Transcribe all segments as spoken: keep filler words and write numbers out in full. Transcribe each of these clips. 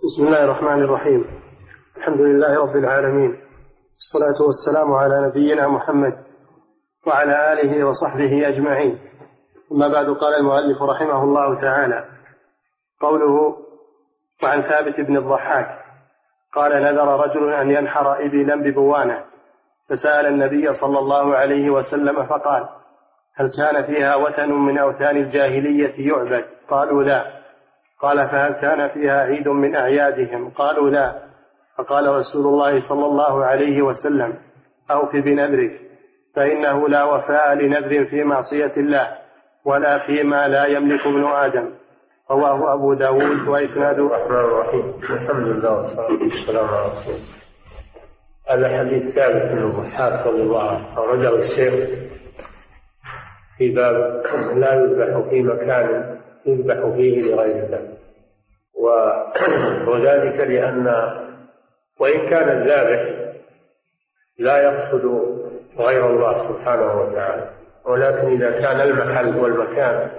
بسم الله الرحمن الرحيم. الحمد لله رب العالمين، الصلاة والسلام على نبينا محمد وعلى آله وصحبه أجمعين. أما بعد، قال المؤلف رحمه الله تعالى: قوله: وعن ثابت بن الضحاك قال: نذر رجل أن ينحر إبلا ببوانة، فسأل النبي صلى الله عليه وسلم فقال: هل كان فيها وثن من أوثان الجاهلية يعبد؟ قالوا: لا. قال: فهل كان فيها عيد من أعيادهم؟ قالوا: لا. فقال رسول الله صلى الله عليه وسلم: أوف بنذرك، فإنه لا وفاء لنذر في معصية الله ولا فيما لا يملك ابن آدم. رواه أبو داود وإسناده. الرحمن الرحيم. الحمد لله والصلاة والسلام على رسول الله. هذا حديث ثابت بن الضحاك رضي الله عنه، أخرجه الشيخ في باب لا يذبح في مكان يذبح فيه لغير الله، وذلك لأن وإن كان الذابح لا يقصد غير الله سبحانه وتعالى، ولكن إذا كان المحل والمكان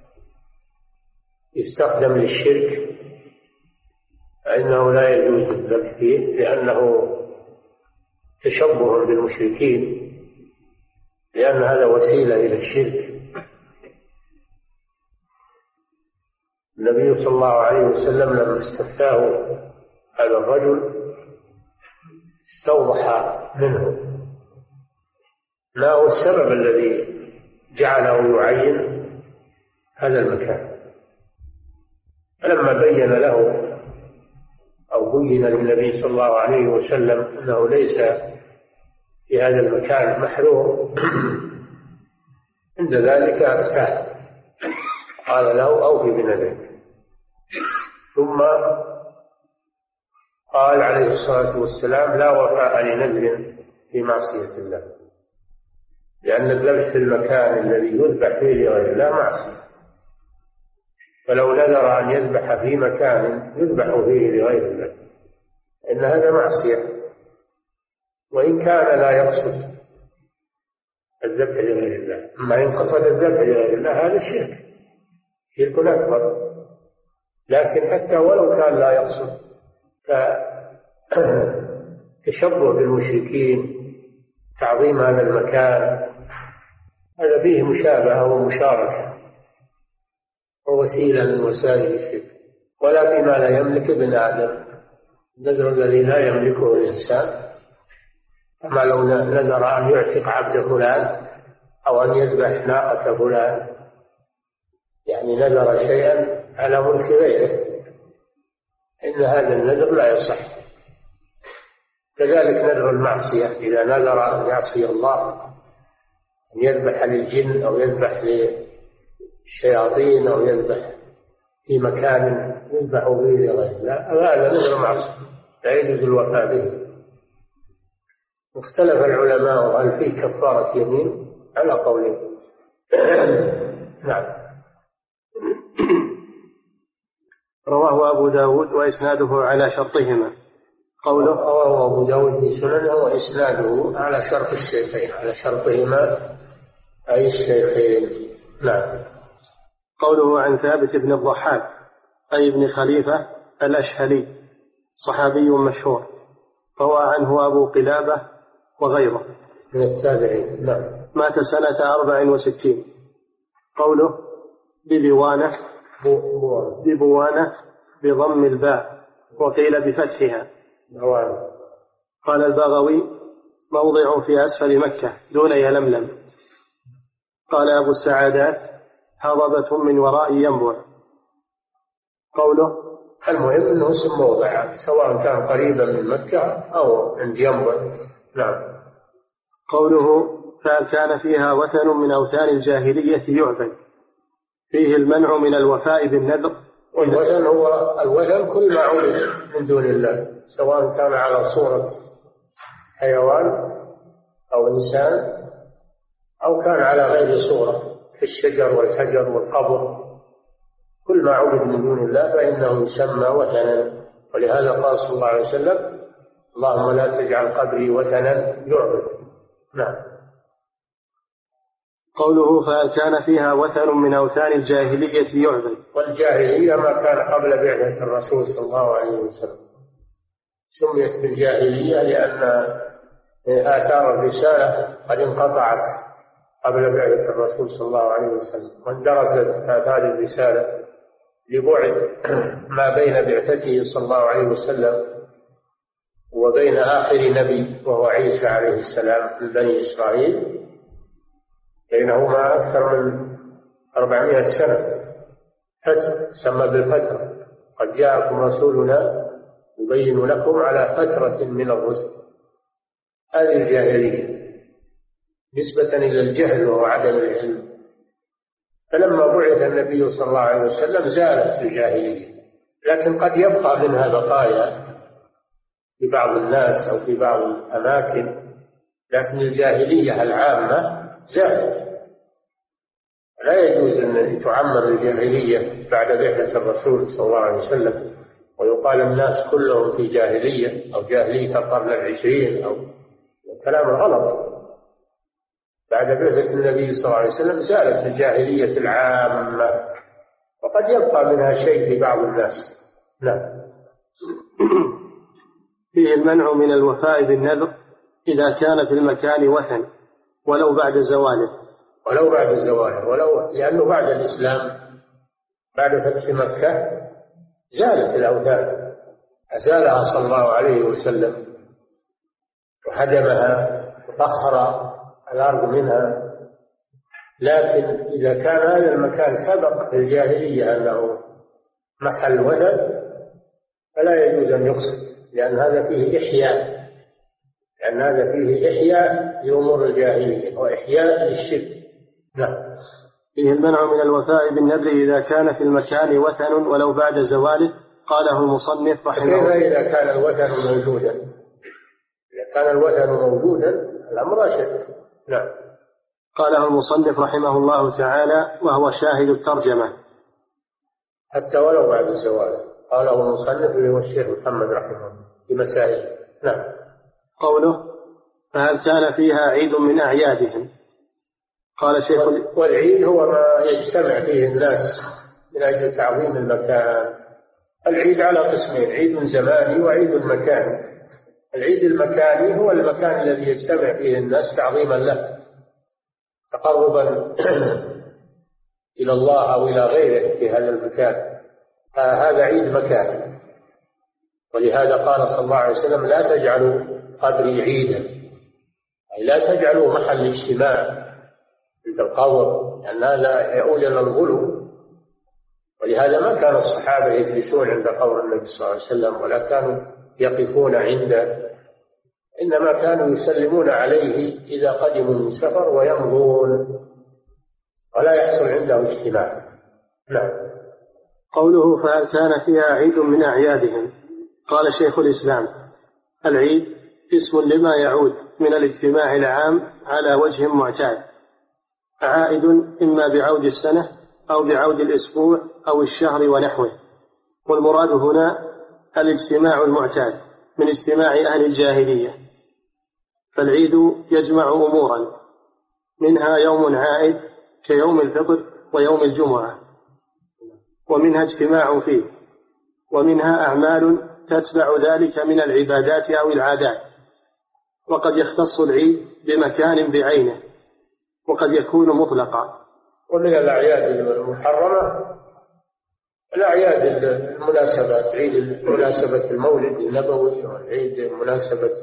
يستخدم للشرك فإنه لا يجوز الذبح فيه، لأنه تشبه بالمشركين، لأن هذا وسيلة إلى الشرك. النبي صلى الله عليه وسلم لما استفتاه هذا الرجل استوضح منه ما هو السبب الذي جعله يعين هذا المكان. فلما بين له أو بين للنبي صلى الله عليه وسلم أنه ليس في هذا المكان محذور، عند ذلك ارتاح، قال له: أوف بنذرك. ثم قال عليه الصلاة والسلام: لا وفاء لنذر في معصية الله، لأن الذبح في المكان الذي يذبح فيه لغير الله معصية، فلو نذر أن يذبح في مكان يذبح فيه لغير الله إن هذا معصية، وإن كان لا يقصد الذبح لغير الله. أما إن قصد الذبح لغير الله هذا شرك شرك أكبر، لكن حتى ولو كان لا يقصد فتشبه بالمشركين، تعظيم هذا المكان، هذا فيه مشابهة ومشاركة ووسيلة من وسائل الشرك. ولا فيما لا يملك ابن آدم، النذر الذي لا يملكه الإنسان، كما لو نذر أن يعتق عبد فلان أو أن يذبح ناقة فلان، يعني نذر شيئا على ملك غيره، إن هذا النذر لا يصح. كذلك نذر المعصية، إذا نذر أن يعصي الله، أن يذبح للجن أو يذبح للشياطين أو يذبح في مكان يذبح به لغيره، لا، هذا نذر معصية لا يجوز الوفاء به. اختلف العلماء هل فيه كفارة يمين على قولين. نعم. رواه أبو داود وإسناده على شرطهما. قوله: رواه أبو داود في سننه وإسناده على شرط الشيخين، على شرطهما أي الشيخين. نعم. قوله: عن ثابت بن الضحاك أي ابن خليفة الأشهلي، صحابي مشهور، روى عنه أبو قلابة وغيره من التابعين. نعم. مات سنة أربع وستين. قوله: ببوانة ببوانة بضم الباء وقيل بفتحها. بوانة. قال البغوي: موضع في أسفل مكة دون يلملم. قال أبو السعادات: هضبة من وراء ينبع. قوله: المهم أنه اسم موضع، سواء كان قريبا من مكة أو عند ينبع. نعم. قوله: فهل كان فيها وثن من أوثان الجاهلية يعبد، فيه المنع من الوفاء بالنذر. والوثن هو الوثن كل ما عبد من دون الله، سواء كان على صورة حيوان أو إنسان أو كان على غير صورة كالشجر والحجر والقبر، كل ما عبد من دون الله فإنه يسمى وثنا. ولهذا قال صلى الله عليه وسلم: اللهم لا تجعل قبري وثنا يعبد. نعم. قوله فهل كان فيها وثن من أوثان الجاهلية يعبد. والجاهلية ما كان قبل بعثة الرسول صلى الله عليه وسلم، سميت بالجاهلية لأن آثار الرسالة قد انقطعت قبل بعثة الرسول صلى الله عليه وسلم، واندرست آثار الرسالة لبعد ما بين بعثته صلى الله عليه وسلم وبين آخر نبي وهو عيسى عليه السلام من بني إسرائيل، بينهما أكثر من أربعمائة سنة فترة تسمى بالفترة. قد جاءكم رسولنا يبين لكم على فترة من الرسل. هذه الجاهلية نسبة إلى الجهل وهو عدم العلم. فلما بعث النبي صلى الله عليه وسلم زالت الجاهلية، لكن قد يبقى منها بقايا في بعض الناس أو في بعض الأماكن، لكن الجاهلية العامة زالت. لا يجوز أن تعمر الجاهلية بعد بعثة الرسول صلى الله عليه وسلم ويقال الناس كلهم في جاهلية أو جاهلية القرن العشرين، أو كلام غلط. بعد بعثة النبي صلى الله عليه وسلم زالت الجاهلية العامة، وقد يبقى منها شيء في بعض الناس. نعم. فيه المنع من الوفاء بالنذر إذا كان في المكان وثن ولو بعد زواله. ولو بعد زواله ولو لأنه بعد الإسلام بعد فتح مكة زالت الأوثان، أزالها صلى الله عليه وسلم وهدمها وطهر الأرض منها. لكن إذا كان هذا المكان سبق في الجاهلية أنه محل وثن فلا يجوز أن يقصد، لأن هذا فيه إحياء لأن هذا فيه إحياء لأمور الجاهلية وإحياء للشرك. نعم. فيه المنع من الوفاء بالنذر إذا كان في المكان وثن ولو بعد زواله. قاله المصنف رحمه الله. كيف إذا كان الوثن موجودا؟ إذا كان الوثن موجودا الأمر أشد. نعم. قاله المصنف رحمه الله تعالى وهو شاهد الترجمة. حتى ولو بعد الزوال. قاله المصنف اللي هو الشيخ محمد رحمه الله في مسائل. نعم. قوله فهل كان فيها عيد من أعيادهم. قال شيخ والعيد هو ما يجتمع فيه الناس من أجل تعظيم المكان. العيد على قسمين: عيد زماني وعيد مكاني. العيد المكاني هو المكان الذي يجتمع فيه الناس تعظيما له، تقربا إلى الله أو إلى غيره في هذا المكان. هذا عيد مكاني. ولهذا قال صلى الله عليه وسلم: لا تجعلوا قبري عيدا، أي لا تجعلوا محل اجتماع عند القبر، لأن هذا يؤول إلى الغلو. ولهذا ما كان الصحابة يجلسون عند قبر النبي صلى الله عليه وسلم ولا كانوا يقفون عنده، إنما كانوا يسلمون عليه إذا قدموا من سفر ويمضون ولا يحصل عنده اجتماع. نعم. قوله فهل كان فيها عيد من أعيادهم. قال شيخ الإسلام: العيد اسم لما يعود من الاجتماع العام على وجه معتاد، عائد إما بعود السنة أو بعود الأسبوع أو الشهر ونحوه. والمراد هنا الاجتماع المعتاد من اجتماع أهل الجاهلية. فالعيد يجمع أمورا، منها يوم عائد كيوم الفطر ويوم الجمعة، ومنها اجتماع فيه، ومنها أعمال تتبع ذلك من العبادات أو العادات. وقد يختص العيد بمكان بعينه، وقد يكون مطلقا. ومن الأعياد المحرمة الأعياد المناسبات: عيد مناسبة المولد النبوي، وعيد مناسبة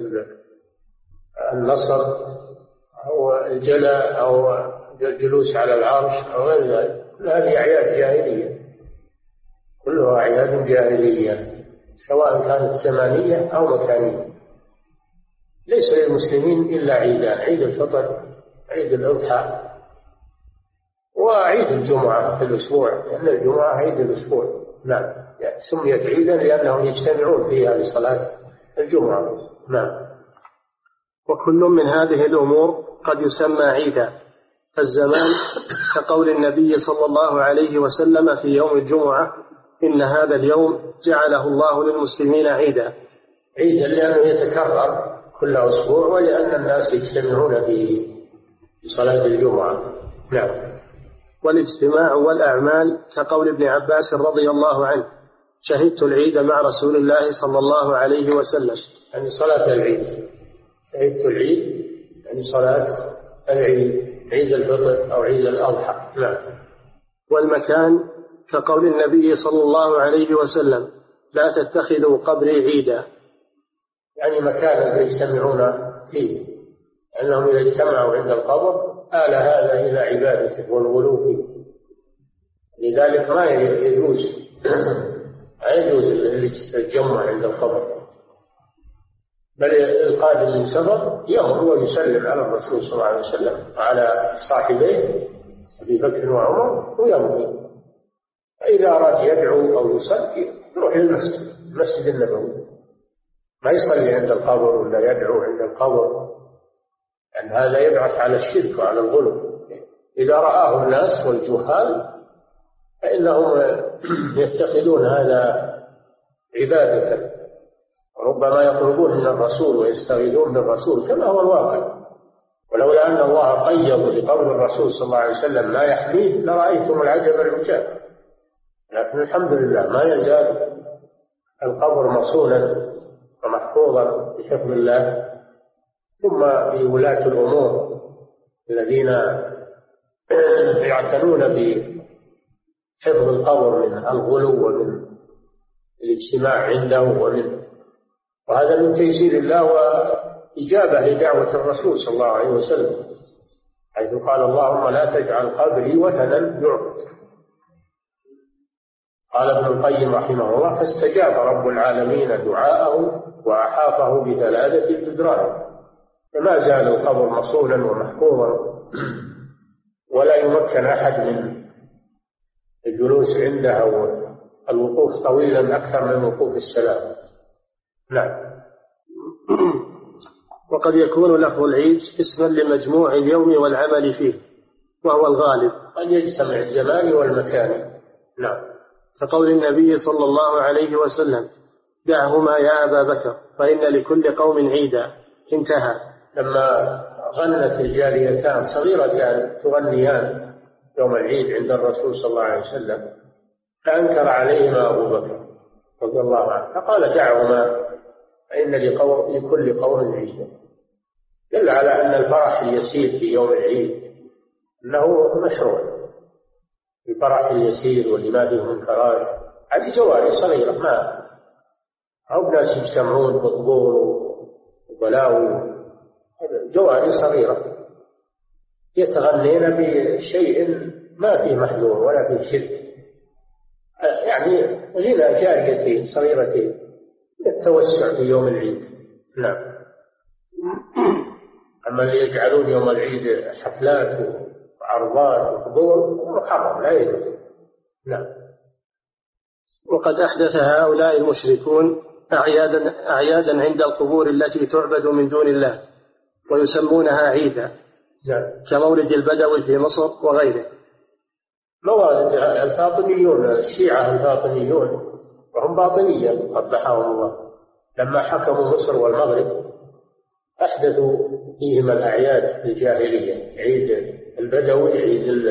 النصر أو الجلاء أو الجلوس على العرش أو غير ذلك. هذه أعياد جاهلية، كلها أعياد جاهلية سواء كانت زمانية أو مكانية. ليس للمسلمين إلا عيدان: عيد الفطر، عيد الأضحى، وعيد الجمعة في الأسبوع، لأن الجمعة عيد الأسبوع. نعم. يعني سميت عيدا لأنهم يجتمعون فيها لصلاة الجمعة. نعم. وكل من هذه الأمور قد يسمى عيدا. الزمان كقول النبي صلى الله عليه وسلم في يوم الجمعة: إن هذا اليوم جعله الله للمسلمين عيدا. عيدا لأنه يتكرر كل أسبوع، ولأن الناس يجتمعون فيه لصلاة الجمعة. نعم. والاجتماع والأعمال كقول ابن عباس رضي الله عنه: شهدت العيد مع رسول الله صلى الله عليه وسلم. يعني صلاة العيد، شهدت العيد يعني صلاة العيد، عيد الفطر أو عيد الأضحى. نعم. والمكان كقول النبي صلى الله عليه وسلم: لا تتخذوا قبري عيدا. يعني مكان يجتمعون فيه، أنهم إذا اجتمعوا عند القبر آل هذا إلى عبادته والغلو فيه. لذلك ما يجوز ما يجوز التجمع عند القبر، بل القادم من سفر يمر ويسلم على الرسول صلى الله عليه وسلم وعلى صاحبيه أبي بكر وعمر ويمضي. فإذا أراد يدعو أو يصلي يروح للمسجد، المسجد النبوي، ما يصلي عند القبر ولا يدعو عند القبر، لأن يعني هذا يبعث على الشرك وعلى الغلو. إذا رآه الناس والجهال فإنهم يتخذون هذا عبادة، وربما يطلبون من الرسول ويستغيثون بالرسول كما هو الواقع. ولولا أن الله قيض لقبر الرسول صلى الله عليه وسلم ما يحميه لرأيتم العجب العجاب. لكن الحمد لله ما يزال القبر مصونا ومحفوظا بحفظ الله. ثم بولاة الأمور الذين يعتنون بحفظ القبر من الغلو ومن الاجتماع عنده، ومن وهذا من تيسير الله وإجابة لدعوة الرسول صلى الله عليه وسلم، حيث قال: اللهم لا تجعل قبري وثنا يعبد. قال ابن القيم رحمه الله: فاستجاب رب العالمين دعاءه وأحاطه بثلاثة جدران، فما زال القبر مصونا ومحفوظا، ولا يمكن أحد من الجلوس عنده أو الوقوف طويلا أكثر من وقوف السلام. نعم. وقد يكون لفظ العيد اسما لمجموع اليوم والعمل فيه، وهو الغالب. قد يجتمع الزمان والمكان. نعم. كقول النبي صلى الله عليه وسلم: دعهما يا أبا بكر فإن لكل قوم عيدا. انتهى. لما غنت الجاريتان صغيرتان تغنيان يوم العيد عند الرسول صلى الله عليه وسلم، فأنكر عليهما أبو بكر رضي الله عنه، فقال: دعهما فإن لكل قوم عيدا. دل على أن الفرح اليسير في يوم العيد أنه مشروع، الفرح اليسير واللي ما فيه منكرات. هذه جواري صغيرة، ما أو ناس يجتمعون بطبور وبلاوي، جواري صغيرة يتغنين بشيء ما فيه محذور ولا فيه شرك، يعني غنى جاريتين صغيرتين للتوسع في يوم العيد. نعم. أما اللي يجعلون يوم العيد حفلات وعرضات وحضور محرم، لا يجوز. نعم. وقد أحدث هؤلاء المشركون أعيادا, أعيادا عند القبور التي تعبد من دون الله ويسمونها عيدا. نعم. كمولد البدوي في مصر وغيره. موالد الفاطميون، الشيعة الفاطميون وهم باطنية قبحهم الله، لما حكموا مصر والمغرب أحدثوا فيهم الأعياد الجاهلية، عيد البدوي، عيد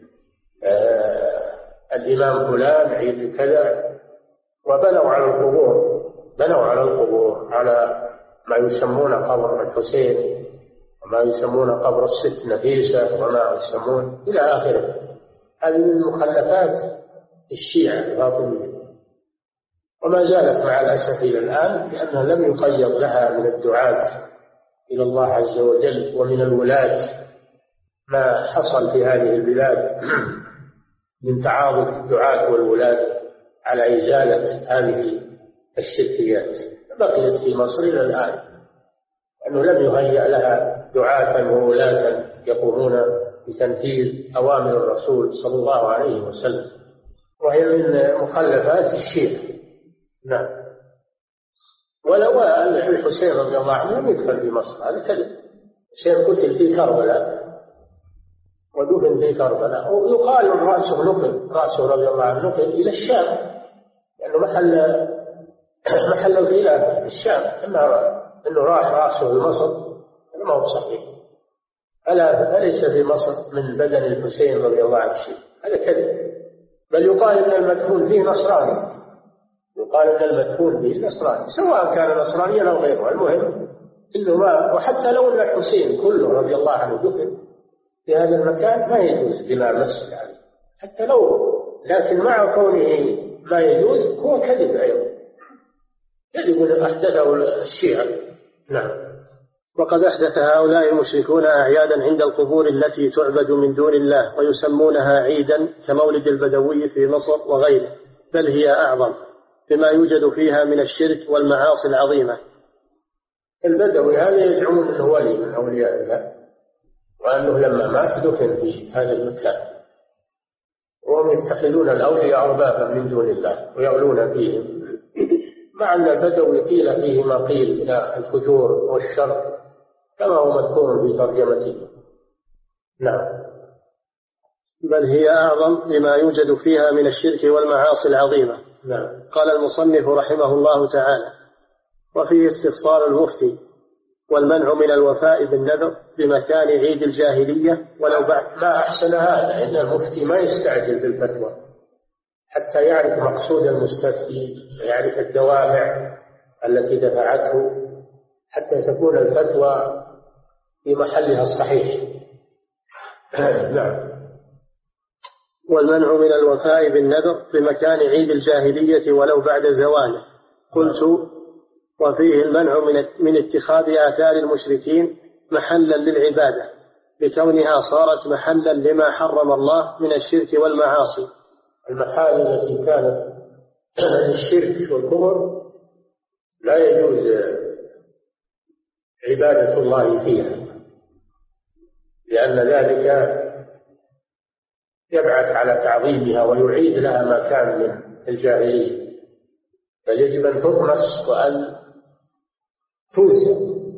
آه الإمام فلان، عيد كذا، وبنوا على القبور بنوا على القبور على ما يسمون قبر الحسين وما يسمون قبر الست نفيسة وما يسمون إلى آخره. هذه من مخلفات الشيعة الفاطمية، وما زالت مع الأسف إلى الآن، لأنها لم يقيض لها من الدعاة إلى الله عز وجل ومن الولاة ما حصل في هذه البلاد من تعاضد الدعاة والولاة على إزالة هذه الشركيات. بقيت في مصر إلى الآن، أنه لم يهيأ لها دعاة وولاة يقومون بتنفيذ أوامر الرسول صلى الله عليه وسلم، وهي من مخلفات الشيعة. نعم. ولو الحسين رضي الله عنه لم يدفن في مصر، هذا كذب. الحسين قتل في كربلاء ودفن في كربلاء، ويقال رأسه نقل رأسه رضي الله عنه نقل إلى الشام، لأنه يعني محل محل الخلاف في الشام. أما أنه راح رأسه لمصر ما هو صحيح. ألا أليس في مصر من بدن الحسين رضي الله عنه شيء؟ هذا كذب. بل يقال إن المدفون فيه نصراني، يقال إن المدفون فيه نصراني، سواء كان نصرانيا أو غيره، المهم إنه ما، وحتى لو أن الحسين كله رضي الله عنه دفن في هذا المكان ما يجوز بناء مسجد عليه، حتى لو، لكن مع كونه ما يجوز هو كذب أيضا، كذب أحدثه الشيعة. نعم. وقد أحدث هؤلاء المشركون أعيادا عند القبور التي تعبد من دون الله ويسمونها عيدا كمولد البدوي في مصر وغيره، بل هي أعظم بما يوجد فيها من الشرك والمعاصي العظيمة. البدوي هذا يزعمون أنه ولي من أولياء الله، وأنه لما مات دفن في هذا المكان، وهم يتخذون الأولياء أربابا من دون الله ويغلون فيهم، مع أن البدوي قيل فيه ما قيل من الفجور والشر كما هو مذكور في ترجمته. نعم. بل هي أعظم لما يوجد فيها من الشرك والمعاصي العظيمة. نعم. قال المصنف رحمه الله تعالى: وفيه استفصال المفتي والمنع من الوفاء بالنذر بمكان عيد الجاهلية ولو بعد. ما أحسن هذا، إن المفتي ما يستعجل بالفتوى حتى يعرف مقصود المستفتي، يعرف الدوافع التي دفعته حتى تكون الفتوى في محلها الصحيح. نعم. والمنع من الوفاء بالنذر بمكان عيد الجاهلية ولو بعد زواله. قلت: وفيه المنع من اتخاذ آثار المشركين محلا للعبادة بكونها صارت محلا لما حرم الله من الشرك والمعاصي. المحال التي كانت الشرك والكفر لا يجوز عبادة الله فيها، لأن ذلك يبعث على تعظيمها ويعيد لها ما كان من الجاهلية، بل يجب أن تطمس وأن تنسى،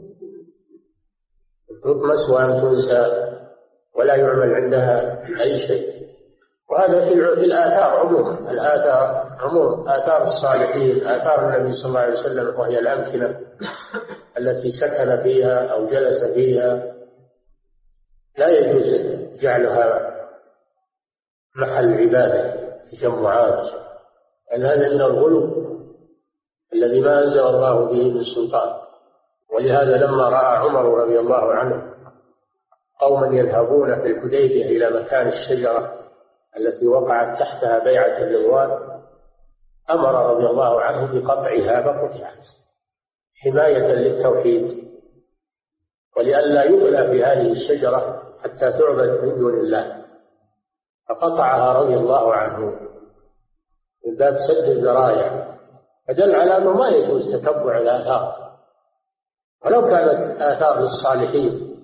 تطمس وأن تنسى ولا يعمل عندها أي شيء. وهذا في الآثار عموما، الآثار عموم آثار الصالحين، آثار النبي صلى الله عليه وسلم، وهي الأمكنة التي سكن فيها أو جلس فيها لا يجوز جعلها محل عبادة تجمعات، لأن هذا من الغلو الذي ما أنزل الله به من سلطان. ولهذا لما رأى عمر رضي الله عنه قوما يذهبون في الحديبية إلى مكان الشجرة التي وقعت تحتها بيعة الرضوان، أمر رضي الله عنه بقطعها فقطعت حماية للتوحيد، ولئلا يغلى في هذه الشجرة حتى تعبد من دون الله، فقطعها رضي الله عنه من باب سد الذرائع، فدل على أنه ما يجوز تتبع الآثار، ولو كانت آثار للصالحين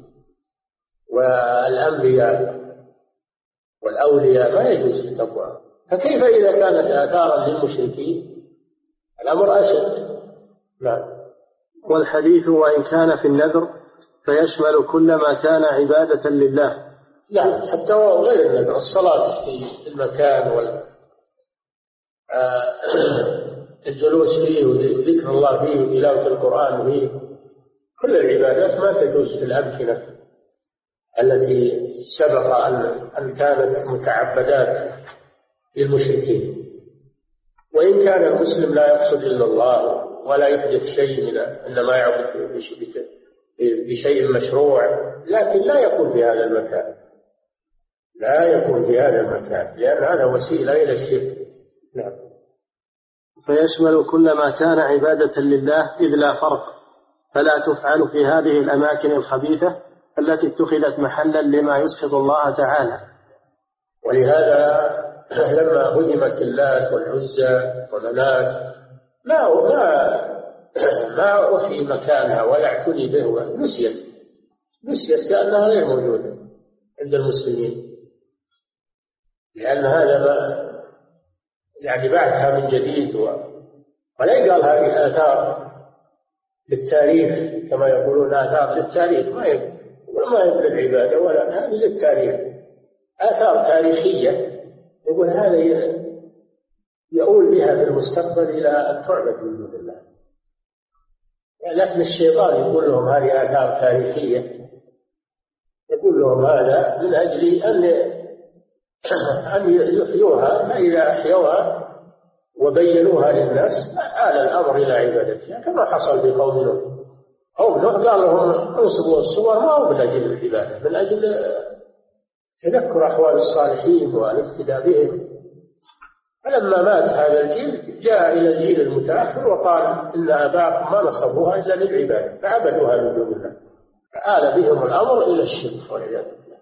والأنبياء والأولياء ما يجوز تتبعها، فكيف إذا كانت آثارا للمشركين؟ الأمر أشد. نعم. والحديث وإن كان في النذر فيشمل كل ما كان عبادة لله. لا، حتى غير النذر، الصلاة في المكان وال الجلوس فيه وذكر الله فيه وتلاوة القرآن فيه، كل العبادات ما تجوز في الأمكنة التي سبق أن كانت متعبدات للمشركين. وإن كان المسلم لا يقصد إلا الله ولا يحدث شيء من إنما يعبد بشيء مشروع، لكن لا يكون في هذا المكان، لا يكون في هذا المكان، لأن هذا وسيلة إلى الشرك. نعم. فيشمل كل ما كان عبادة لله إذ لا فرق، فلا تفعل في هذه الأماكن الخبيثة التي اتخذت محلا لما يسخط الله تعالى. ولهذا لما هدمت اللات والعزى ومنات ما ما ما أفي مكانها ولا اعتني به، نسيت نسيت كأنها غير موجودة عند المسلمين، لأن هذا ما يعني بعثها من جديد، ولا يقال هذه آثار للتاريخ كما يقولون، آثار للتاريخ ما يقول وما يقول العبادة، ولا هذه للتاريخ، آثار تاريخية يقول هذا يؤول بها في المستقبل إلى أن تعبد من دون الله. لكن الشيطان يقول لهم هذه آثار تاريخية، يقول لهم هذا من أجل أن أن يحيوها، فإذا أحيوها وبينوها للناس آل الأمر إلى عبادتها، كما حصل بقوم نوح. قوم نوح قال لهم انصبوا الصور ما هو من أجل العبادة، من أجل تذكر أحوال الصالحين والاقتداء بهم. فلما مات هذا الجيل جاء إلى الجيل المتأخر وقال إن آباءكم ما نصبوها إلا للعبادة فعبدوها من دون الله، فآل بهم الأمر إلى الشرك والعياذ بالله.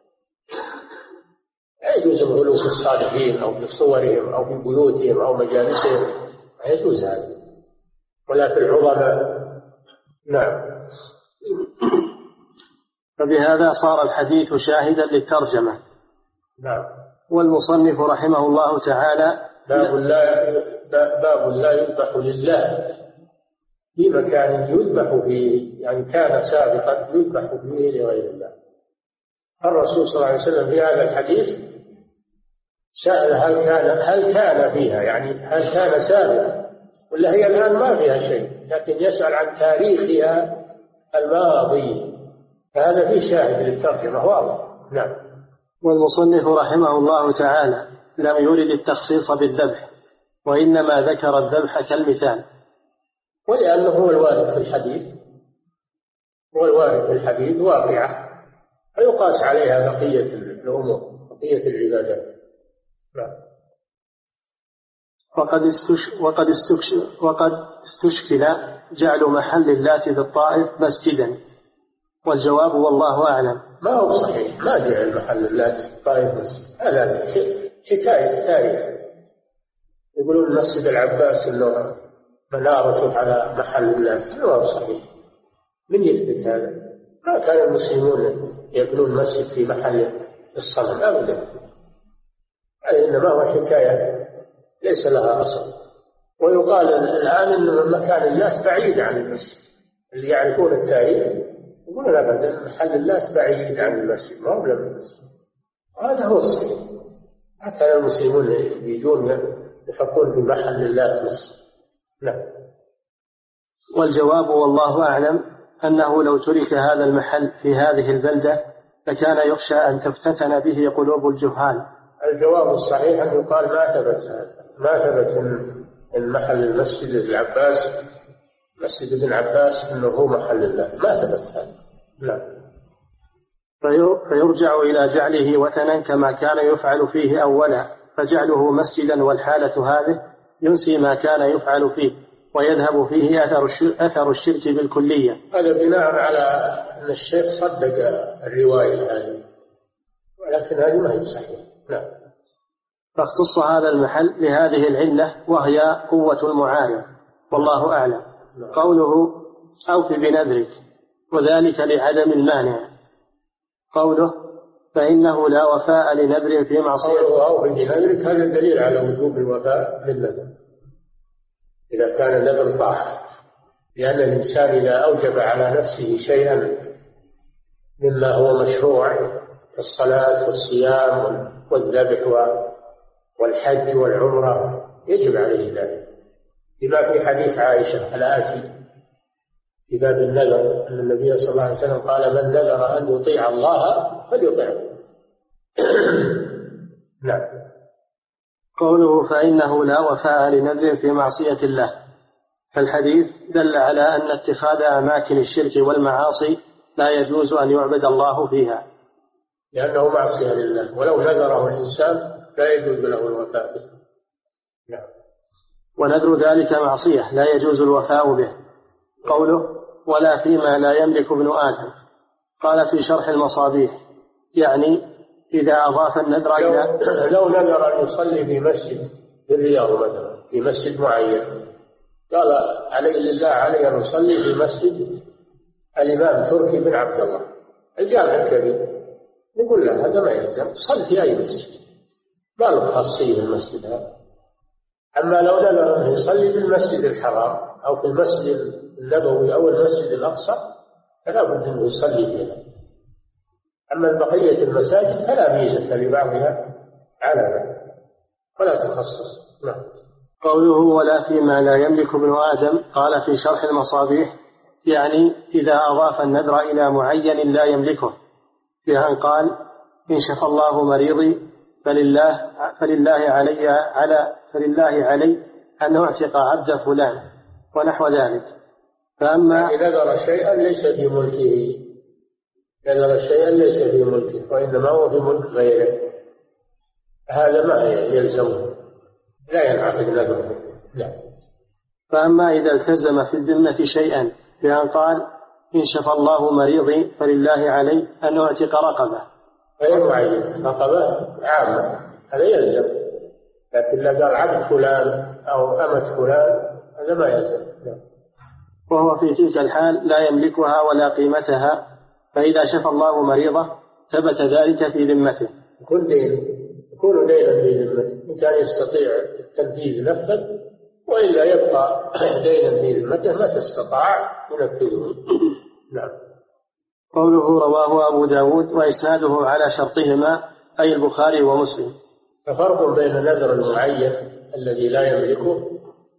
لا يجوز الغلو في الصالحين أو في صورهم أو في بيوتهم أو مجالسهم، لا يجوز هذا، ولا في العظماء. نعم. فبهذا صار الحديث شاهدا للترجمة. نعم. والمصنف رحمه الله تعالى باب لا باب لا يذبح لله في مكان يذبح فيه، يعني كان سابقا يذبح فيه لغير الله. الرسول صلى الله عليه وسلم في هذا الحديث سأل هل كان هل كان فيها، يعني هل كان سابقا، ولا هي الآن ما فيها شيء، لكن يسأل عن تاريخها الماضي، فهذا فيه شاهد للترجمة واضح. نعم. والمصنف رحمه الله تعالى لم يرد التخصيص بالذبح، وإنما ذكر الذبح كالمثال، ولأنه هو الوارد في الحديث، هو الوارد في الحديث واقعة فيقاس عليها بقية الأمور، بقية العبادات. نعم. وقد استش وقد استكش وقد استشكل جعل محل اللات بالطائف مسجدا، والجواب والله أعلم. ما هو صحيح، ما جعل محل اللات بالطائف مسجد، هذا حكاية تاريخ. يقولون مسجد العباس إنه منارته على محل اللات، ما هو صحيح. من يثبت هذا؟ ما كان المسلمون يبنون مسجد في محل الصنم أبدا، إنما هو حكاية ليس لها أصل. ويقال الآن أن مكان اللات بعيد عن المسجد، اللي يعرفون التاريخ يقولون أبدا محل اللات بعيد عن المسجد، ما هو من المسجد. هذا هو الصحيح. حتى المسلمون يجون يحطون في محل اللات مسجد. نعم. والجواب والله أعلم أنه لو ترك هذا المحل في هذه البلدة فكان يخشى أن تفتتن به قلوب الجهال. الجواب الصحيح أن يقال ما ثبت هذا، ما ثبت أن محل المسجد العباس مسجد ابن عباس أنه هو محل الله، ما ثبت هذا. لا. فيرجع إلى جعله وثنا كما كان يفعل فيه أولا، فجعله مسجدا والحالة هذه ينسي ما كان يفعل فيه ويذهب فيه أثر الشرك بالكلية. هذا بناء على أن الشيخ صدق الرواية هذه، ولكن هذه ما هي صحيحة. نعم. فاختص هذا المحل لهذه العلة وهي قوة المعارض، والله أعلم. نعم. قوله أوف بنذرك وذلك لعدم المانع. قوله فإنه لا وفاء لنذر في معصية. قوله أوف بنذرك هذا دليل على وجوب الوفاء بالنذر إذا كان النذر طاعة، لأن الإنسان إذا أوجب على نفسه شيئا مما هو مشروع كالصلاة والصيام والذبح والحج والعمرة يجب عليه ذلك، بما في حديث عائشة الآتي في باب النذر أن النبي صلى الله عليه وسلم قال من نذر أن يطيع الله فليطيعه. نعم. قوله فإنه لا وفاء لنذر في معصية الله، فالحديث دل على أن اتخاذ أماكن الشرك والمعاصي لا يجوز أن يعبد الله فيها، لأنه معصية لله، ولو نذره الإنسان لا يجوز له الوفاء به. نعم. ونذر ذلك معصية لا يجوز الوفاء به. قوله ولا فيما لا يملك ابن آدم، قال في شرح المصابيح يعني إذا أضاف النذر إلى لو نذر أن يصلي في مسجد في الرياض مثلا، في مسجد معين، قال علي لله علي أن يصلي في مسجد الإمام تركي بن عبد الله الجامع الكبير، نقول له هذا ما يلزم، صل في أي مسجد، ما له خاصية المسجد هذا. أما لو نذر أن يصلي في المسجد الحرام أو في المسجد النبوي أو المسجد الأقصى فلا بد أن يصلي فيها. أما بقية المساجد فلا ميزة لبعضها على ذلك ولا تخصص. نعم. قوله ولا فيما لا يملك ابن آدم، قال في شرح المصابيح يعني إذا أضاف النذر إلى معين لا يملكه، بأن قال إن شفى الله مريضي فلله, فلله علي على فلله علي أن أعتق عبد فلان ونحو ذلك. فأما إذا نذر شيئا ليس في ملكه، نذر شيئا ليس في ملكه وإنما هو في ملك غيره، هذا ما يلزمه، لا ينعقد نذره. لا. فأما إذا التزم في الذمة شيئا بأن قال إن شفى الله مريضي فلله علي أن أعتق رقبة، غير معين، رقبة عامة، هذا يلزم. لكن لا قال عبد فلان أو أمة فلان هذا ما يلزم. لا. وهو في تلك الحال لا يملكها ولا قيمتها، فإذا شفى الله مريضه ثبت ذلك في ذمته. يكون دين، يكون دينا في ذمته، إن كان يستطيع التنفيذ نفذ، وإلا يبقى دينا في ذمته ما تستطاع ينفذه. نعم. قوله رواه أبو داود وإسناده على شرطهما أي البخاري ومسلم. ففرق بين نذر المعين الذي لا يملكه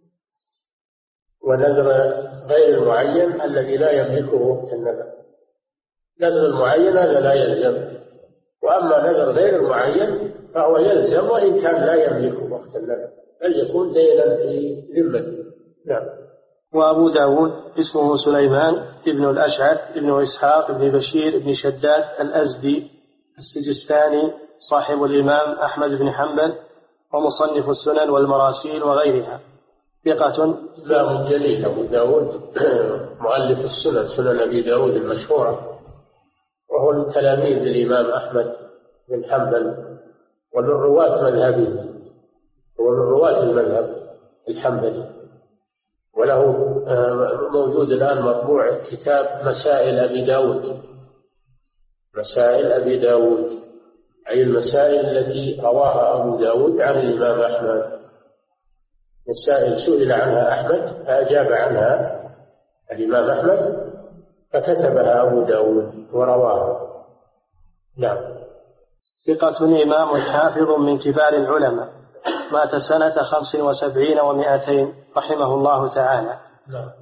ونذر غير المعين الذي لا يملكه وقت النذر. نذر المعين هذا لا يلزم، وأما نذر غير المعين فهو يلزم وإن كان لا يملكه وقت النذر، بل يكون دينا في ذمته. نعم. وأبو داود اسمه سليمان ابن الأشعث ابن إسحاق ابن بشير ابن شداد الأزدي السجستاني صاحب الإمام أحمد بن حنبل ومصنف السنن والمراسيل وغيرها، ثقة إمام جليل أبو داود مؤلف السنن، سنن أبي داود المشهورة، وهو من تلاميذ الإمام أحمد بن حنبل ومن رواة مذهبه، هو من رواة المذهب الحنبلي، وله موجود الآن مطبوع كتاب مسائل أبي داود، مسائل أبي داود أي المسائل التي رواها أبو داود عن الإمام أحمد، مسائل سئل عنها أحمد فأجاب عنها الإمام أحمد فكتبها أبو داود ورواها. نعم. ثقة إمام حافظ من كبار العلماء، مات سنة خمس وسبعين ومائتين رحمه الله تعالى. نعم.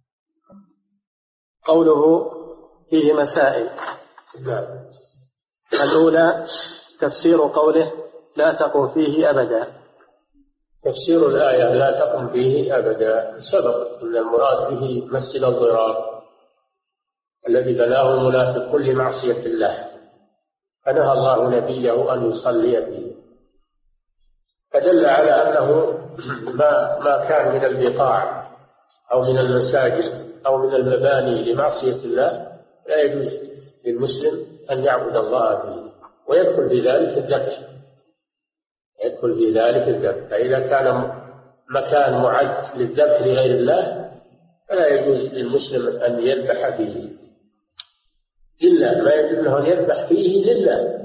قوله فيه مسائل. نعم. الأولى تفسير قوله لا تقم فيه أبدا. تفسير الآية لا تقم فيه أبدا سبق أن المراد به مسجد الضرار الذي بناه المنافق كل معصية الله، فنهى الله نبيه أن يصلي فيه، فدل على أنه ما ما كان من البقاع أو من المساجد أو من المباني لمعصية الله لا يجوز للمسلم أن يعبد الله فيه، ويدخل في ذلك الذبح، يدخل في ذلك الذبح. فإذا كان مكان معد للذبح لغير الله فلا يجوز للمسلم أن يذبح فيه لله، ما يجوز له أن يذبح فيه لله،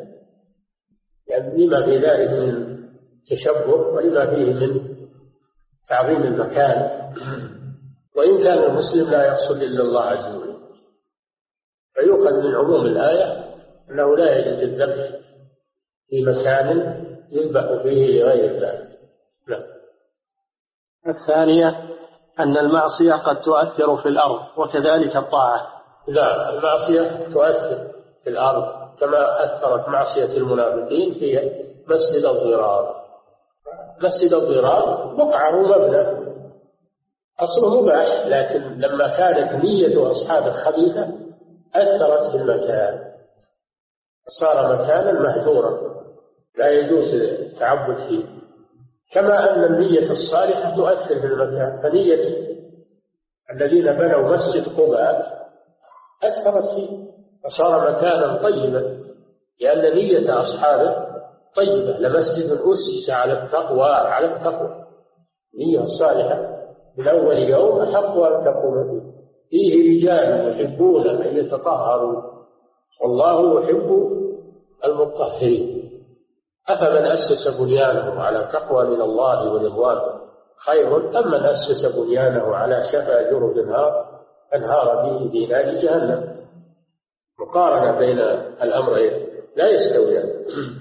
يعني لما في ذلك من تشبه ولما فيه من تعظيم المكان، وإن كان المسلم لا يقصد إلا الله عز وجل. فيؤخذ من عموم الآية أنه لا يجوز الذبح في مكان يذبح فيه لغير الله. لا. الثانية أن المعصية قد تؤثر في الأرض وكذلك الطاعة. لا، المعصية تؤثر في الأرض كما أثرت معصية المنافقين في مسجد الضرار. مسجد الضرار بقعة ومبنى أصله مباح، لكن لما كانت نية أصحاب الخبيثة أثرت في المكان، صار مكانا مهجورا لا يجوز التعبد فيه، كما أن النية الصالحة تؤثر في المكان. فنية الذين بنوا مسجد قباء أثرت فيه فصار مكانا طيبا، لأن نية أصحابه طيبة. لمسجد أسس على التقوى على التقوى، نية صالحة من أول يوم أحق أن تقوم فيه، فيه رجال يحبون أن يتطهروا والله يحب المطهرين. أفمن أسس بنيانه على تقوى من الله ورضوانه خير أم من أسس بنيانه على شفا جرف انهار انهار به في نار جهنم. مقارنة بين الأمرين لا يستويان.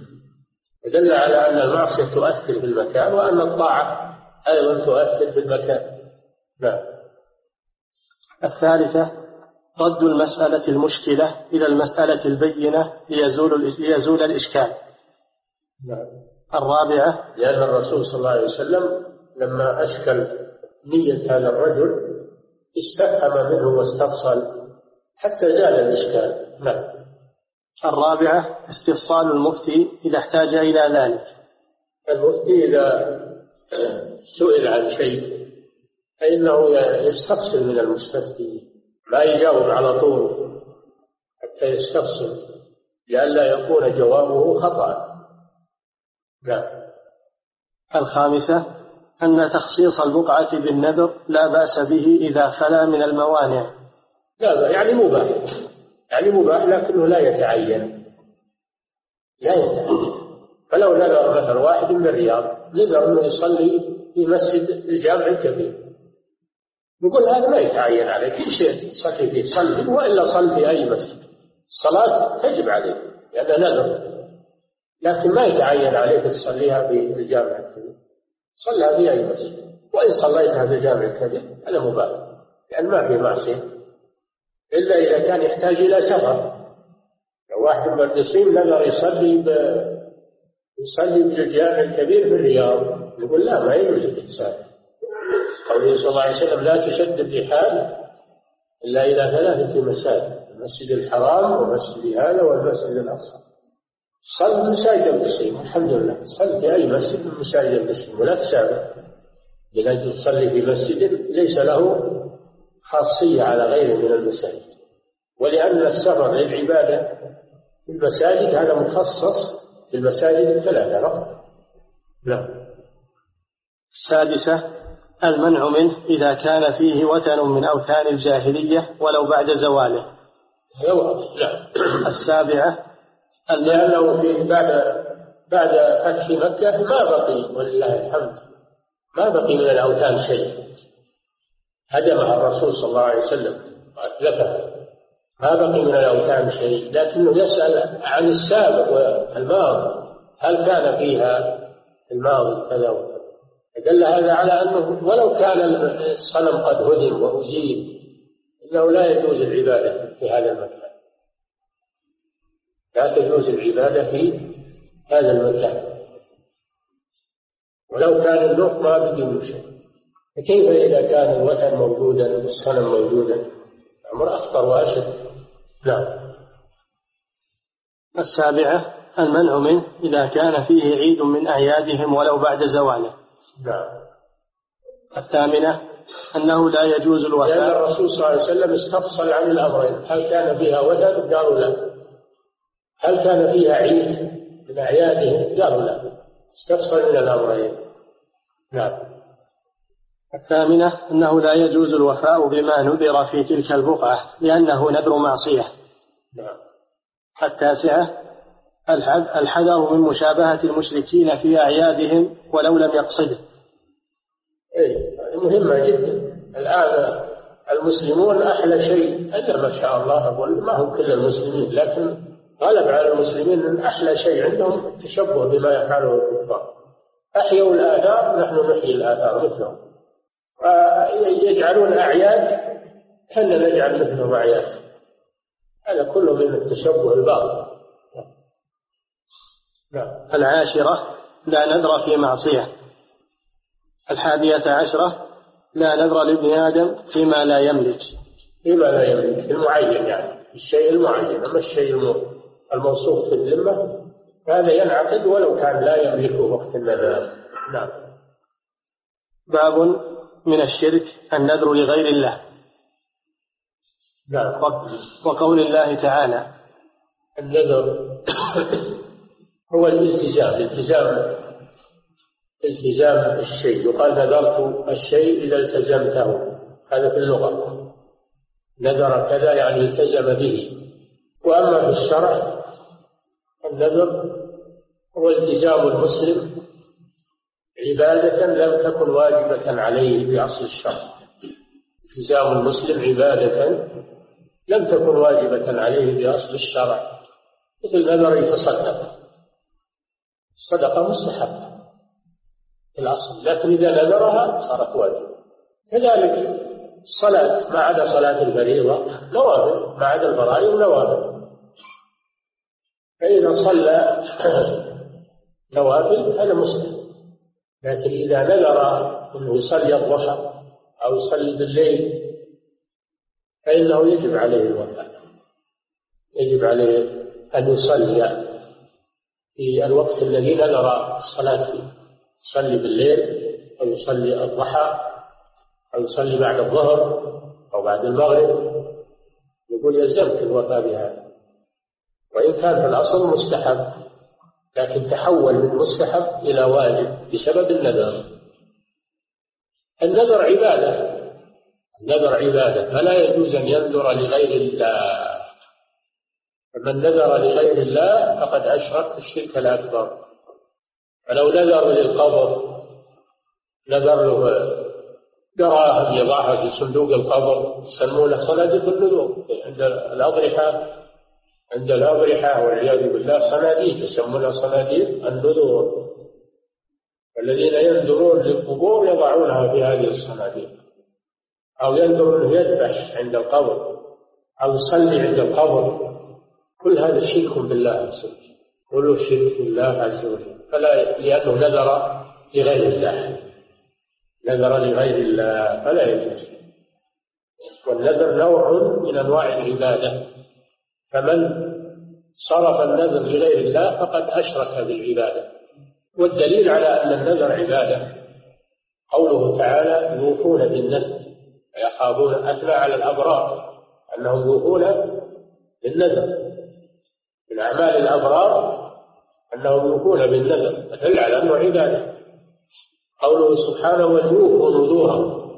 يدل على أن المعصية تؤثر في المكان وأن الطاعة أيضا تؤثر في المكان. نعم. الثالثة رد المسألة المشكلة إلى المسألة البينة ليزول, ليزول الإشكال. الرابعة لأن الرسول صلى الله عليه وسلم لما أشكل نية هذا الرجل استفهم منه واستفصل حتى زال الإشكال. نعم. الرابعة استفصال المفتي إذا احتاج إلى ذلك. المفتي إذا سئل عن شيء فإنه يستفصل من المستفتي، ما يجاوب على طول حتى يستفصل لئلا يكون جوابه خطأ. نعم. الخامسة أن تخصيص البقعة بالنذر لا بأس به إذا خلا من الموانع. لا يعني مباح، يعني مباح لكنه لا يتعين، لا يتعين. فلو نذر مثلا واحد من الرياض نذر أنه يصلي في مسجد الجامع الكبير، نقول هذا ما يتعين عليك، كل شيء تصلي فيه صلي، وإلا صل في أي مسجد. الصلاة تجب عليك لأنها نذر، لكن ما يتعين عليك تصليها في الجامع الكبير، صلها في أي مسجد. وإن صليتها في الجامع الكبير هذا مباح لأن ما في معصية، إلا إذا كان يحتاج إلى سفر. لو واحد من المقدسين نذر يصلي ب... يصلي بالجامع الكبير في الرياض، نقول لا، ما يجوز الإحسان. قوله صلى الله عليه وسلم لا تشد الرحال إلا إلى ثلاثة مساجد، المسجد الحرام والمسجد هذا والمسجد الأقصى. صل مساجد المسلمين، الحمد لله، صل في أي مسجد من مساجد المسلمين ولا تسافر لأن تصلي في مسجد ليس له خاصية على غيره من المساجد، ولأن السفر للعبادة في المساجد هذا مخصص بالمساجد الثلاثة فقط. نعم. السادسة المنع منه إذا كان فيه وثن من أوثان الجاهلية ولو بعد زواله. نعم. السابعة لأنه في بعد بعد فتح مكة ما بقي ولله الحمد، ما بقي من الأوثان شيء، هدمها الرسول صلى الله عليه وسلم وأتلفها، ما بقي من الأوثان شيء. لكنه يسأل عن السابق والماضي، هل كان فيها الماضي كذا وكذا؟ دل هذا على أنه ولو كان الصنم قد هدم وأزيل إنه لا يجوز العبادة في هذا المكان، لا تجوز العبادة في هذا المكان ولو كان النوح ما بقي من شيء. فكيف إذا كان الوثن موجودا والصنم موجودا؟ أمر أخطر وأشد. نعم. السابعة المنع منه إذا كان فيه عيد من أعيادهم ولو بعد زواله. نعم. الثامنة أنه لا يجوز الوفاء، لأن الرسول صلى الله عليه وسلم استفصل عن الأمرين، هل كان فيها وثن؟ قالوا لا. هل كان فيها عيد من أعيادهم؟ قالوا لا. استفصل من الأمرين. نعم. الثامنة أنه لا يجوز الوفاء بما نذر في تلك البقعة لأنه نذر معصية. نعم. التاسعة الحذر من مشابهة المشركين في أعيادهم ولو لم يقصده. إيه مهمة جدا. الآن المسلمون أحلى شيء، إلا ما شاء الله، أقول ما هم كل المسلمين، لكن غلب على المسلمين أن أحلى شيء عندهم التشبه بما يفعله الكفار. أحيوا الآثار، نحن نحيي الآثار مثلهم، ويجعلون أعياد كنا نجعل مثلهم أعياد. هذا كله من التشبه الباطل. نعم. العاشرة لا نذر في معصية. الحادية عشرة لا نذر لابن آدم فيما لا يملك. فيما لا يملك المعين، يعني الشيء المعين. أما الشيء الموصوف في الذمة هذا ينعقد ولو كان لا يملكه وقت النذر. نعم. باب من الشرك النذر لغير الله. نعم. وقول الله تعالى النذر هو الالتزام، الالتزام التزام الشيء. يقال نذرت الشيء إذا التزمته، هذا في اللغة. نذر كذا يعني التزم به. وأما في الشرع النذر هو التزام المسلم عبادة لم تكن واجبة عليه بأصل الشرع. التزام المسلم عبادة لم تكن واجبة عليه بأصل الشرع، مثل نذر يتصدق، الصدقة مستحبة في الأصل، لكن إذا نذرها صارت واجبة. كذلك الصلاة ما عدا صلاة الفريضة نوافل، ما عدا الفرائض نوافل. فإذا صلى نوافل هذا مسلم. لكن إذا نذر أنه يصلي الضحى أو يصلي بالليل فإنه يجب عليه الوفاء، يجب عليه أن يصلي في الوقت الذي نذر الصلاة فيه، يصلي بالليل أو يصلي الضحى أو يصلي بعد الظهر أو بعد المغرب، يقول يلزمك الوفاء بهذا. وإن كان في الأصل مستحب لكن تحول من مستحب إلى واجب بسبب النذر. النذر عبادة، النذر عبادة، فلا يجوز أن ينذر لغير الله. فمن نذر لغير الله فقد أشرك في الشرك الأكبر. فلو نذر للقبر، نذر له دراهم يضعها في صندوق القبر يسمونه صناديق النذور عند الأضرحة، عند الأضرحة والعياذ بالله صناديق يسمونها صناديق النذور. الذين ينذرون للقبور يضعونها في هذه الصناديق، أو ينذر أنه يذبح عند القبر أو يصلي عند القبر، كل هذا شرك بالله عز وجل، كله شرك بالله عز وجل. فلا، لأنه نذر لغير الله، نذر لغير الله فلا يجوز. والنذر نوع من أنواع العبادة، فمن صرف النذر لغير الله فقد أشرك بالعبادة. والدليل على أن النذر عبادة قوله تعالى يوفون بالنذر ويخافون، أثنى على الأبرار أنهم يوفون بالنذر. من أعمال الأبرار أنهم يوفون بالنذر، دل على أنه عبادة. قوله سبحانه وليوفوا نذورهم،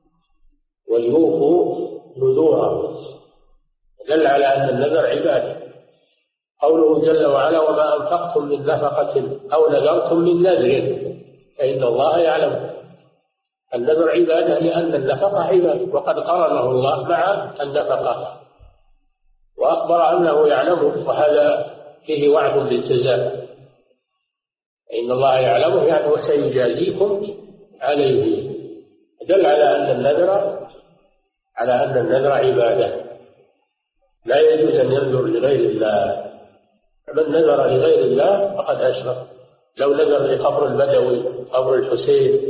وليوفوا نذورهم دل على أن النذر عبادة. قوله جل وعلا وما أنفقتم من نفقة أو نذرتم من نذر فإن الله يعلم. النذر عبادة لأن النفقة عبادة، وقد قرنه الله مع النفقة وأخبر أنه يعلمه، وهذا فيه وعد بالجزاء. إن الله يعلمه يعني وسيجازيكم عليه. دل على أن النذر على أن النذر عبادة، لا يجوز أن ينذر لغير الله. فمن نذر لغير الله فقد أشرك. لو نذر لقبر البدوي، قبر الحسين،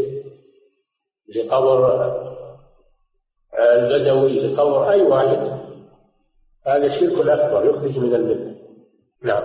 لقبر البدوي، لقبر أي واحد، هذا شرك أكبر يخرج من الملة. نعم.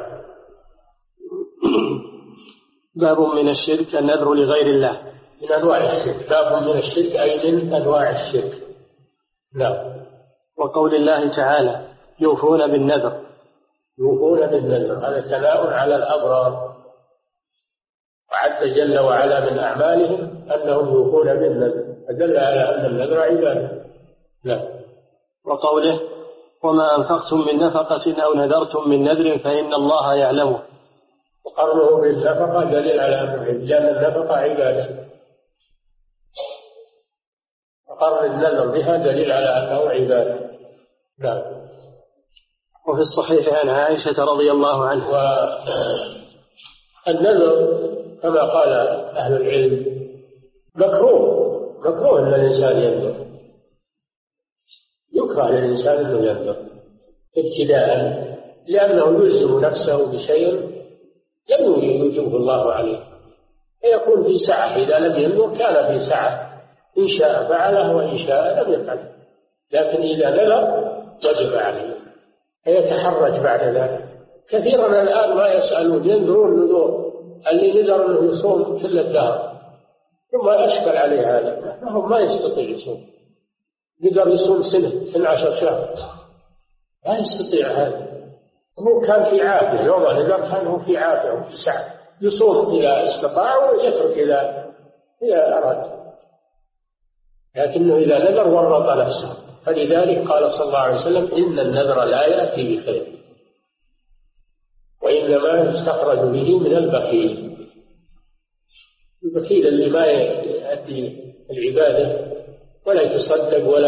باب من الشرك النذر لغير الله. من أنواع الشرك، باب من الشرك أي من أنواع الشرك. نعم. وقول الله تعالى يوفون بالنذر، يوفون بالنذر هذا ثناء على الأبرار، وعد جل وعلا من أعمالهم أنهم يوفون بالنذر، فدل على أن النذر عبادة. نعم. وقوله وما أنفقتم من نفقة أو نذرتم من نذر فإن الله يعلمه. وقرنه بالنفقة دليل على أنه لأن النفقة عبادة، وقرن النذر بها دليل على أنه عبادة. نعم. وفي الصحيح عن عائشة رضي الله عنها. والنذر كما قال أهل العلم مكروه، مكروه أن الإنسان ينذر، يكره للإنسان أنه ينذر ابتداء، لأنه يلزم نفسه بشيء لم يوجبه الله عليه، فيكون في سعة. إذا لم ينذر كان في سعة، إن شاء فعله وإن شاء لم يفعله. لكن إذا نذر وجب عليه، فيتحرج بعد ذلك. كثيرا الآن ما يسألون، ينذرون نذور، اللي نذر أنه يصوم كل الدهر ثم أشكل عليه هذا، فهم ما يستطيع يصوم، نذر يصوم سنة اثني عشر شهر، لا يستطيع هذا. هو كان في عافية، يوم نذر كان هو في عافية وفي سعة، يصوم إذا استطاع ويترك إذا إذا أراد. لكنه إذا نذر ورط نفسه، فلذلك قال صلى الله عليه وسلم إن النذر لا يأتي بخير، وإنما يستخرج به من البخيل. البخيل اللي ما يؤدي العبادة ولا يتصدق ولا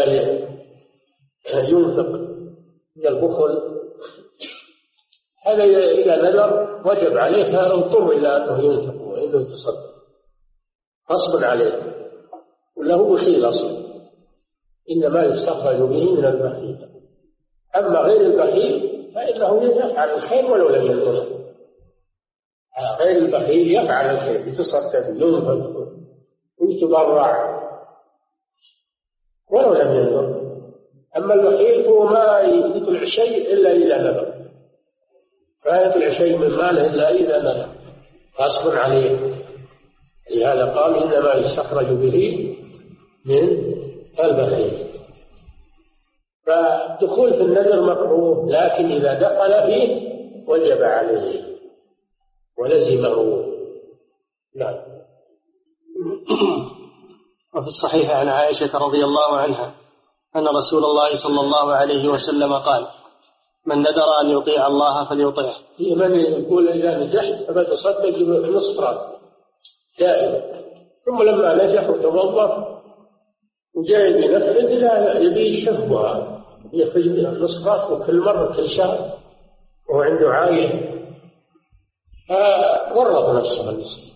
ينفق من البخل، هذا إذا نذر وجب عليه فاضطر إلى أنه ينفق وإنه يتصدق غصبا عليه، ولا هو بخيل أصلا. إنما يستخرج به من البخيل. أما غير البخيل فإنه يفعل الخير ولو لم ينظر. غير البخيل يفعل الخير، يتصدق، ينفق، ويتبرع ولو لم ينظر. أما البخيل هو ما يطلع شيء إلا إذا نذر، لا يطلع شيء من ماله إلا إذا نذر غصب عليه. لهذا قال إنما يستخرج به من البخيل. فالدخول في النذر مكروه، لكن إذا دخل فيه وجب عليه ولزمه. نعم. وفي الصحيح عن عائشة رضي الله عنها أن رسول الله صلى الله عليه وسلم قال: من نذر أن يطيع الله فليطيعه. في من يقول إذا نجحت فتصدق بنصف راتب دائما، ثم لما نجح وتوظف وجاي بينفذ لا يبي يشفها، يخرج نصف راتبه كل مرة كل شهر وهو عنده عائلة. ورط نفسه المسكين،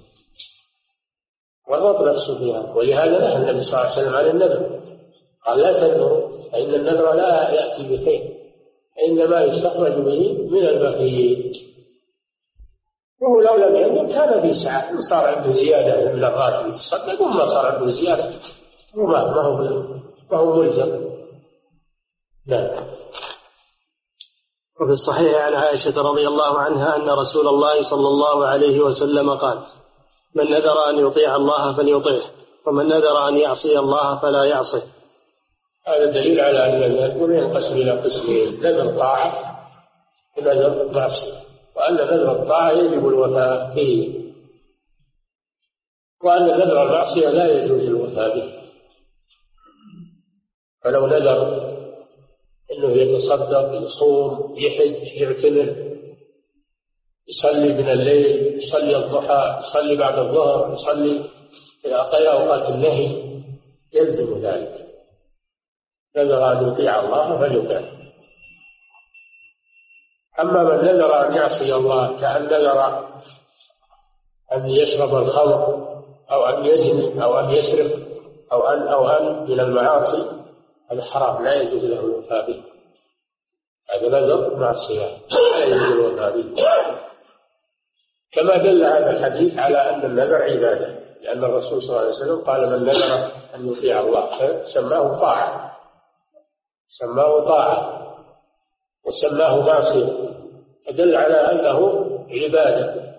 ورط نفسه فيها. ولهذا نهى النبي صلى الله عليه وسلم عن النذر، قال: لا تنذروا فإن النذر لا يأتي بخير، إنما يستخرج به من البخيل. وهو لو لم ينذر كان في سعة، صار عنده زيادة من الراتب يتصدق، وما صار عنده زيادة وما ما هو ما هو ملزم. نعم. وفي الصحيح عن عائشة رضي الله عنها أن رسول الله صلى الله عليه وسلم قال: من نذر أن يطيع الله فليطيعه، ومن نذر أن يعصي الله فلا يعصيه. هذا دليل على أن النذر ينقسم إلى قسمين: نذر طاعة ونذر معصية، وأن نذر الطاعة يجب الوفاء به، وأن نذر المعصية لا يجوز الوفاء به. فلو نذر إنه يتصدق، يصوم، يحج، يعتمر، يصلي من الليل، يصلي الضحى، يصلي بعد الظهر، يصلي في غير أوقات النهي، يلزم ذلك. نذر أن يطيع الله فليطيعه. أما من نذر أن يعصي الله، كأن نذر أن يشرب الخمر أو أن يزني أو أن يسرق أو أن أو أن من المعاصي، هذا حرام لا يجوز له الوفاء به. هذا نذر معصية لا يجوز الوفاء به. كما دل هذا الحديث على أن النذر عبادة، لأن الرسول صلى الله عليه وسلم قال: من نذر أن يطيع الله فسماه طاعة، سماه طاعة وسماه معصية، فدل على أنه عبادة.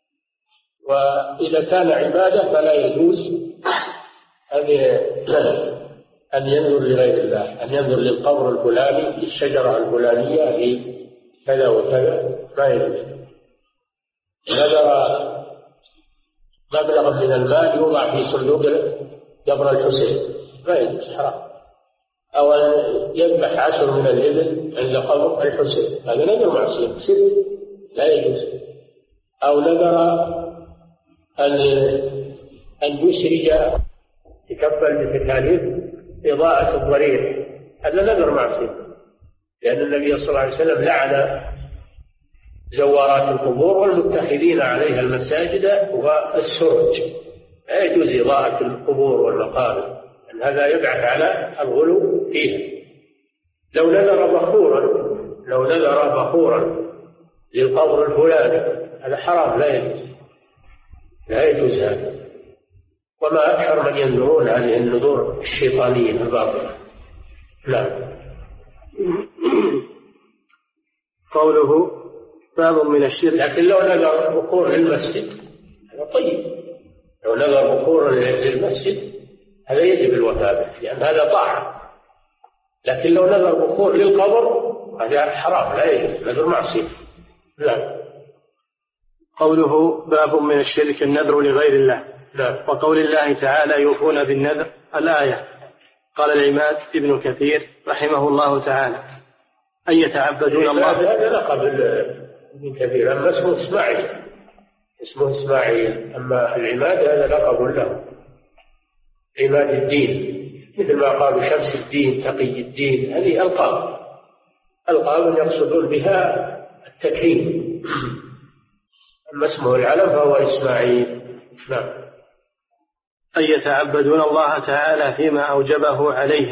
وإذا كان عبادة فلا يجوز أن أن ينذر لغير الله، أن ينذر للقبر الفلاني، للشجرة الفلانية، لكذا وكذا، ما يجوز. نذر مبلغ من المال يوضع في صندوق قبر الحسين، ما يجوز، حرام. أو يذبح عشر من الإبل عند قبر الحسين، هذا نذر معصية شرك لا يجوز. أو نذر أن أن يسرج يكفل بتكاليف إضاءة الضريح، هذا نذر معصية، لأن النبي صلى الله عليه وسلم لعن زوارات القبور والمتخذين عليها المساجد والسرج. لا يجوز إضاءة القبور والمقابر، أن هذا يبعث على الغلو فيها. لو نذر بخورا لو نذر بخورا للقبر الفلاني، هذا حرام لا يجوز، لا يجوز هذا. وما أكثر من ينذرون هذه النذور الشيطانية الباطلة. نعم. قوله باب من الشرك. لكن لو نذر بخور للمسجد هذا طيب، لو نذر بخور للمسجد هذا يجب الوفاء به، لأن هذا طاعة. لكن لو نذر بخور للقبر هذا حرام لا يجوز، نذر معصية. نعم. قوله باب من الشرك النذر لغير الله. نعم. وقول الله تعالى يوفون بالنذر الآية. قال العماد ابن كثير رحمه الله تعالى: أن يتعبدون الله. هذا لقب ابن كثير، أما اسمه إسماعيل، اسمه إسماعيل، أما العماد هذا لقب له، عماد الدين، مثل ما قالوا شمس الدين، تقي الدين، هذه ألقاب، ألقاب يقصدون بها التكريم. أما اسمه العلم فهو إسماعيل. نعم. أن يتعبدون الله تعالى فيما أوجبه عليهم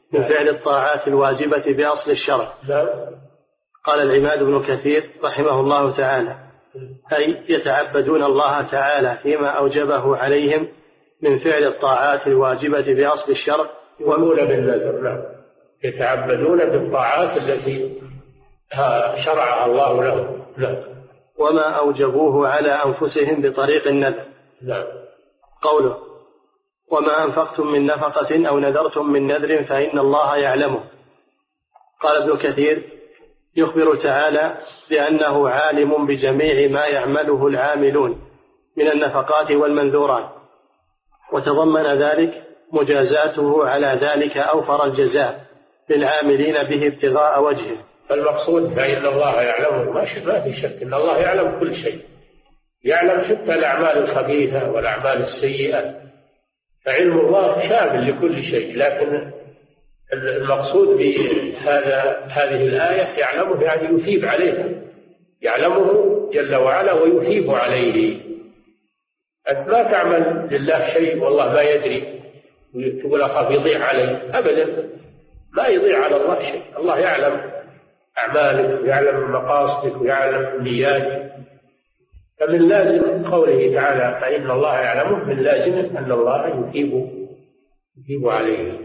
من فعل الطاعات الواجبة بأصل الشرع. قال العماد بن كثير رحمه الله تعالى: أي يتعبدون الله تعالى فيما أوجبه عليهم من فعل الطاعات الواجبة بأصل الشرع ومولى بالنذر. نعم، يتعبدون بالطاعات التي شرعها الله لهم. نعم. وما أوجبوه على أنفسهم بطريق النذر. نعم. قوله: وما أنفقتم من نفقة أو نذرتم من نذر فإن الله يعلمه. قال ابن كثير: يخبر تعالى بأنه عالم بجميع ما يعمله العاملون من النفقات والمنذورات، وتضمن ذلك مجازاته على ذلك أوفر الجزاء للعاملين به ابتغاء وجهه. فالمقصود فإن الله يعلمه، ما في شك أن الله يعلم كل شيء، يعلم حتى الأعمال الخبيثة والأعمال السيئة، فعلم الله شامل لكل شيء. لكن المقصود بهذا هذه الآية يعلمه يعني يثيب عليه، يعلمه جل وعلا ويثيب عليه. أنت ما تعمل لله شيء والله ما يدري تقول أخاف يضيع علي، أبدا، ما يضيع على الله شيء. الله يعلم أعمالك ويعلم مقاصدك ويعلم نياتك. فمن لازم قوله تعالى فإن الله يعلمه، من لازم أن الله يثيب يثيب عليه.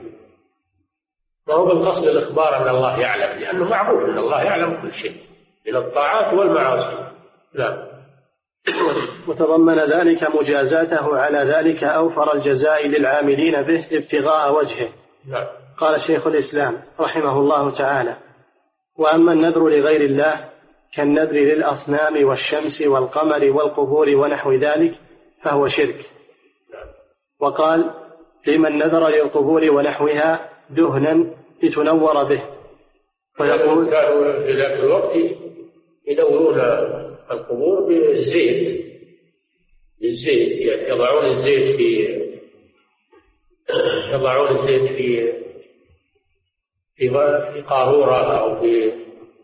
وهو بالقصد الإخبار أن الله يعلم، لأنه معروف أن الله يعلم كل شيء من الطاعات والمعاصي. نعم. وتضمن ذلك مجازاته على ذلك أوفر الجزاء للعاملين به ابتغاء وجهه. نعم. قال شيخ الإسلام رحمه الله تعالى: وأما النذر لغير الله كالنذر للأصنام والشمس والقمر والقبور ونحو ذلك فهو شرك. وقال: لمن نذر للقبور ونحوها دهنا لتنور به. ويقول كانوا في ذاك الوقت يدورون القبور بالزيت، بالزيت يضعون الزيت في يضعون الزيت في في قارورة أو في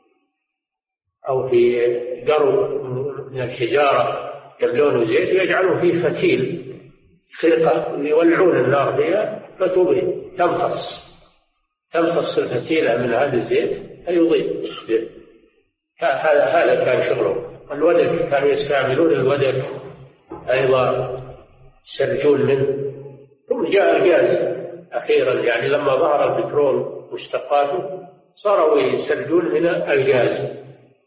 أو في قرو من الحجارة، يملون زيت ويجعلون فيه فتيل خلقة يولعون النار فيها فتضيء، تمتص تمتص الفتيلة من هذا الزيت فيضيء. هذا هذا كان شغله. الودك كانوا يستعملون الودك أيضا يسترجون منه. ثم جاء الغاز أخيرا، يعني لما ظهر البترول مشتقاته صاروا يسترجون من الغاز.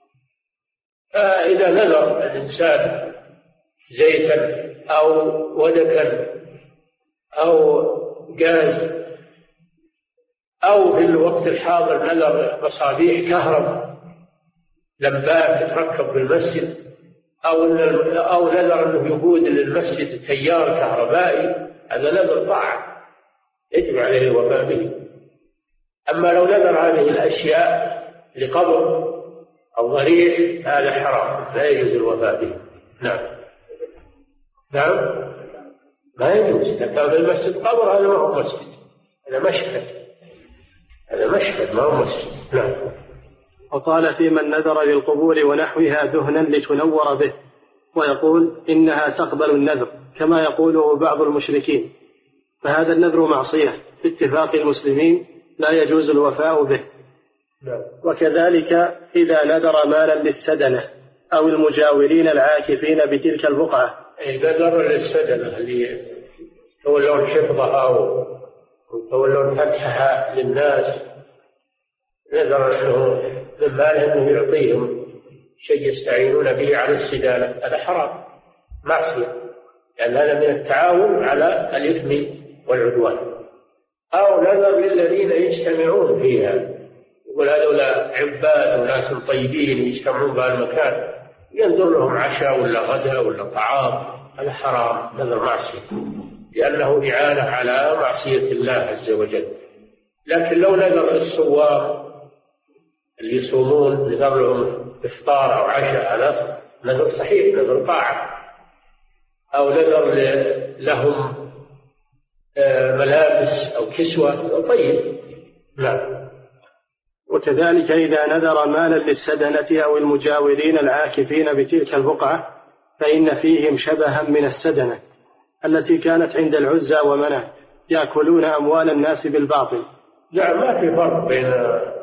فإذا نذر الإنسان زيتا أو ودكا أو غاز أو في الوقت الحاضر نذر مصابيح كهرب لمبات تتركب بالمسجد، أو أو نذر أنه يقود للمسجد تيار كهربائي، هذا نذر طاعة يجب عليه الوفاء به. أما لو نذر هذه الأشياء لقبر أو ضريح هذا حرام، لا يجوز الوفاء به. نعم. نعم، ما يجوز. إذا كان المسجد قبر هذا ما هو مسجد، هذا مشهد، هذا مشهد ما هو مسجد. نعم. وقال: في من نذر للقبور ونحوها دهنا لتنور به. ويقول: إنها تقبل النذر كما يقوله بعض المشركين، فهذا النذر معصية باتفاق المسلمين لا يجوز الوفاء به. وكذلك إذا نذر مالا للسدنة أو المجاورين العاكفين بتلك البقعة. نذر للسدنة اللي يتولون حفظها أو يتولون فتحها للناس، نذر أنه من ماله أنه يعطيهم شيء يستعينون به على السدانة، هذا حرام معصية، لأن هذا من التعاون على الإثم والعدوان. أو نذر للذين يجتمعون فيها، يقول هذولا عباد وناس طيبين يجتمعون بهالمكان، ينذر لهم عشاء ولا غداء ولا طعام، هذا حرام، نذر معصية، لأنه إعانة على معصية الله عز وجل. لكن لو نذر الصوام اللي يصومون نذر لهم إفطار أو عشاء، هذا نذر صحيح، نذر طاعة. أو نذر لهم ملابس أو كسوة، طيب. نعم. وكذلك إذا نذر مالا للسدنة أو المجاورين العاكفين بتلك البقعة فإن فيهم شبها من السدنة التي كانت عند العزى ومناة يأكلون أموال الناس بالباطل، لا، ما في فرق بين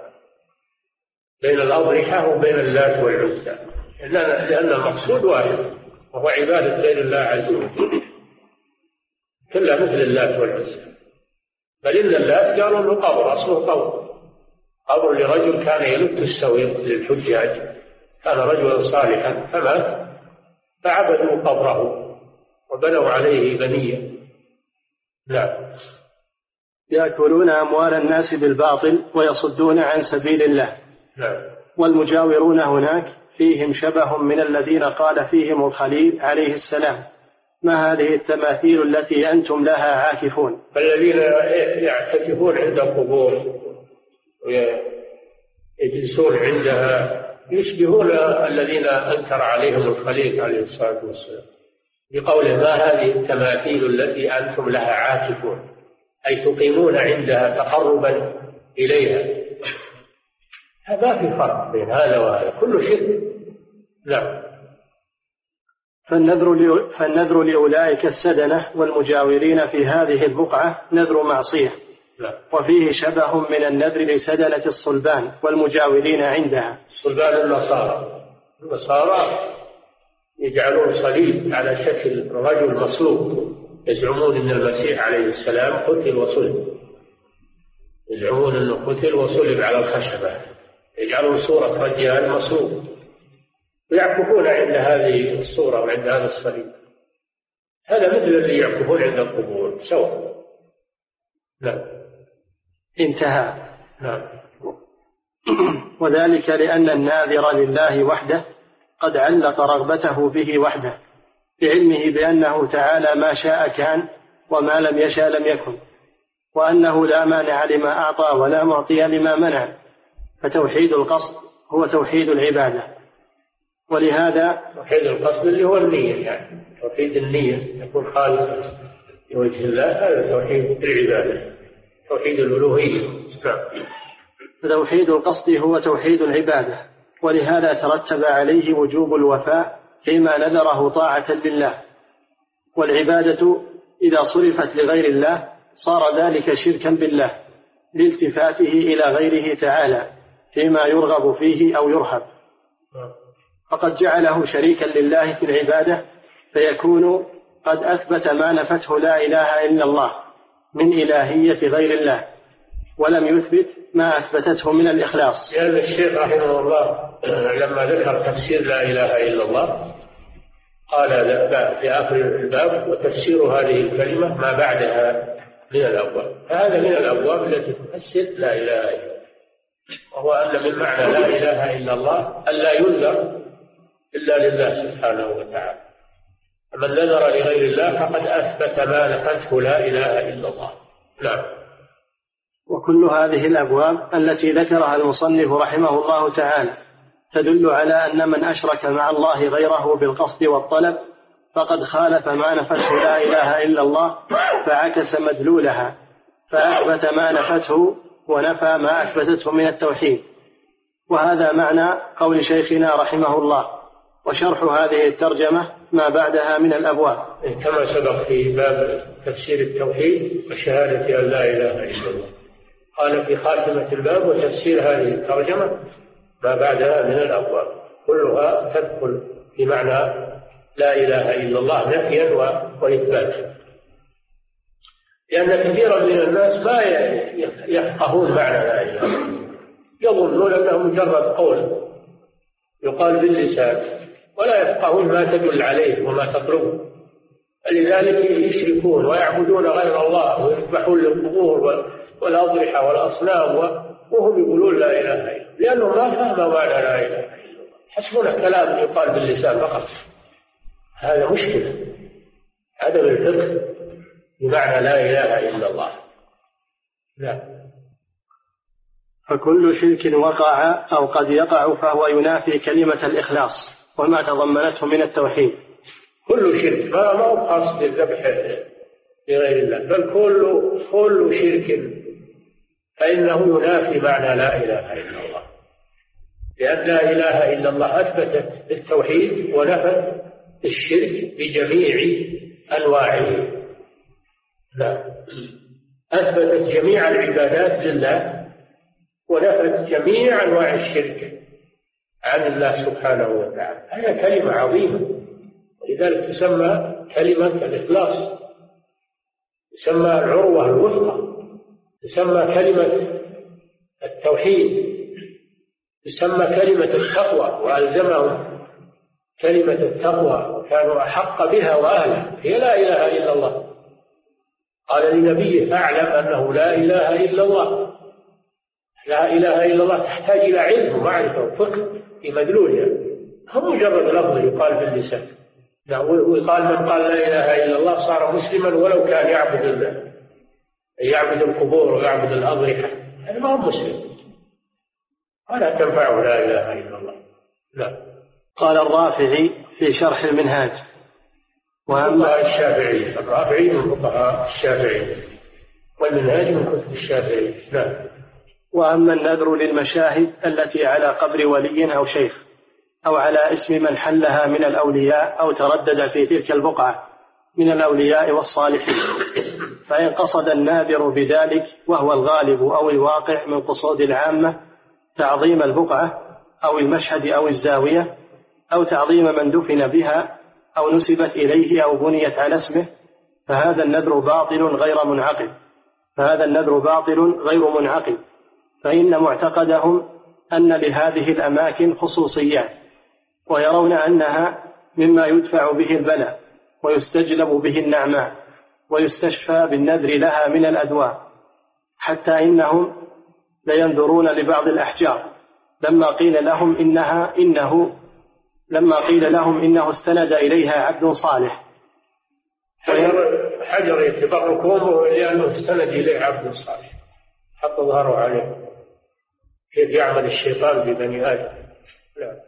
بين الأضرحة وبين اللات والعزى، لأن المقصود واحد وهو عبادة غير الله عز وجل، كلها مثل اللات والعزى. بل إن اللات قالوا له قبر، أصله قبر، قبر لرجل كان يلف السويق للحجاج، كان رجلا صالحا فمات فعبدوا قبره وبنوا عليه بنية. نعم. يأكلون أموال الناس بالباطل ويصدون عن سبيل الله. نعم. والمجاورون هناك فيهم شبه من الذين قال فيهم الخليل عليه السلام: ما هذه التماثيل التي أنتم لها عاكفون؟ فالذين يعتكفون عند القبور ويجلسون عندها يشبهون الذين أنكر عليهم الخليل عليه الصلاة والسلام بقوله: ما هذه التماثيل التي أنتم لها عاكفون، أي تقيمون عندها تقربا إليها. ما في فرق بين هذا وهذا، كل شرك. نعم. فالنذر فالنذر لأولئك السدنة والمجاورين في هذه البقعة نذر معصية. لا. وفيه شبه من النذر لسدنة الصلبان والمجاورين عندها. صلبان النصارى، النصارى يجعلون صليب على شكل رجل مصلوب، يزعمون أن المسيح عليه السلام قتل وصلب، يزعمون أنه قتل وصلب على الخشبة، يجعلون صورة رجال مصلوب ويعكفون عند هذه الصورة وعند هذا الصليب. هذا مثل الذي يعكفون عند القبور سواء. نعم. انتهى. نعم. وذلك لأن الناذر لله وحده قد علق رغبته به وحده بعلمه بأنه تعالى ما شاء كان وما لم يشاء لم يكن، وأنه لا مانع لما أعطى ولا معطي لما منع، فتوحيد القصد هو توحيد العبادة. ولهذا توحيد القصد اللي هو النية، يعني توحيد النية يكون خالص لوجه الله، هذا توحيد العبادة، توحيد الألوهية. فتوحيد القصد هو توحيد العبادة، ولهذا ترتب عليه وجوب الوفاء فيما نذره طاعة لله. والعبادة إذا صرفت لغير الله صار ذلك شركا بالله لالتفاته إلى غيره تعالى فيما يرغب فيه أو يرهب، فقد جعله شريكا لله في العبادة، فيكون قد أثبت ما نفته لا إله إلا الله من إلهية غير الله، ولم يثبت ما أثبتته من الإخلاص. لأن الشيخ رحمه الله لما ذكر تفسير لا إله إلا الله قال في آخر الباب: وتفسير هذه الكلمة ما بعدها من الأبواب. فهذا من الأبواب التي تفسر لا إله إلا الله، وهو أن من معنى لا إله إلا الله ألا ينذر إلا لله سبحانه وتعالى. من نذر لغير الله فقد أثبت ما نفته لا إله إلا الله. نعم. وكل هذه الأبواب التي ذكرها المصنف رحمه الله تعالى تدل على أن من أشرك مع الله غيره بالقصد والطلب فقد خالف ما نفته لا إله إلا الله، فعكس مدلولها فأثبت ما نفته ونفى ما أثبتته من التوحيد. وهذا معنى قول شيخنا رحمه الله. وشرح هذه الترجمة ما بعدها من الأبواب كما سبق في باب تفسير التوحيد وشهادة أن لا إله إلا الله. قال في خاتمة الباب: وتفسير هذه الترجمة ما بعدها من الأبواب، كلها تدخل في معنى لا إله إلا الله نفيا وإثباتا، لأن كثيرا من الناس ما يفقهون معنى لا إله إلا الله، يظنون أنه مجرد قول يقال باللسان ولا يفقهون ما تدل عليه وما تطلبه، لذلك يشركون ويعبدون غير الله ويذبحون للقبور والأضرحة والأصنام وهم يقولون لا إله إلا الله، لأنهم ما فهموا معنى لا إله إلا الله، حسبنا كلام يقال باللسان فقط. هذا مشكلة، عدم الفقه بمعنى لا إله إلا الله. لا. فكل شرك وقع أو قد يقع فهو ينافي كلمة الإخلاص وما تضمنته من التوحيد. كل شرك، ما ما هو خاص بالذبح لغير الله، بل كل كل شرك فإنه ينافي معنى لا إله إلا الله، لأن لا إله إلا الله أثبتت التوحيد ونفت الشرك بجميع أنواعه. لا. أثبتت جميع العبادات لله ونفت جميع أنواع الشرك عن الله سبحانه وتعالى. هي كلمة عظيمة، ولذلك تسمى كلمة الإخلاص، تسمى العروة الوثقى، تسمى كلمة التوحيد، تسمى كلمة التقوى، وألزمهم كلمة التقوى وكانوا أحق بها وأهلها. هي لا إله إلا الله. قال لنبيه أعلم أنه لا إله إلا الله. لا إله إلا الله تحتاج إلى علم ومعرفة وفقه في مدلولها، هم مجرد لفظ يقال باللسان. ويقال من قال لا إله إلا الله صار مسلما ولو كان يعبد الله، يعبد القبور ويعبد الأضرحة، هذا ما هو مسلم، ولا تنفعه لا إله إلا الله. لا. قال الرافعي في شرح المنهاج: وأما الشافعي، الرافعي من فقهاء الشافعي، والمنهاج من كتب الشافعي. نعم. وأما النذر للمشاهد التي على قبر ولي أو شيخ أو على اسم من حلها من الأولياء أو تردد في تلك البقعة من الأولياء والصالحين، فإن قصد الناذر بذلك وهو الغالب أو الواقع من قصود العامة تعظيم البقعة أو المشهد أو الزاوية أو تعظيم من دفن بها أو نسبت إليه أو بنيت على اسمه، فهذا النذر باطل غير منعقد فهذا النذر باطل غير منعقد فإن معتقدهم أن لهذه الأماكن خصوصيات، ويرون أنها مما يدفع به البلاء ويستجلب به النعماء ويستشفى بالنذر لها من الأدواء، حتى إنهم لينذرون لبعض الأحجار لما قيل لهم إنها إنه لما قيل لهم إنه استند إليها عبد صالح. حجر, حجر يتبركون لأنه استند إليه عبد صالح، حط ظهره عليه، كيف يعمل الشيطان ببني آدم. لا.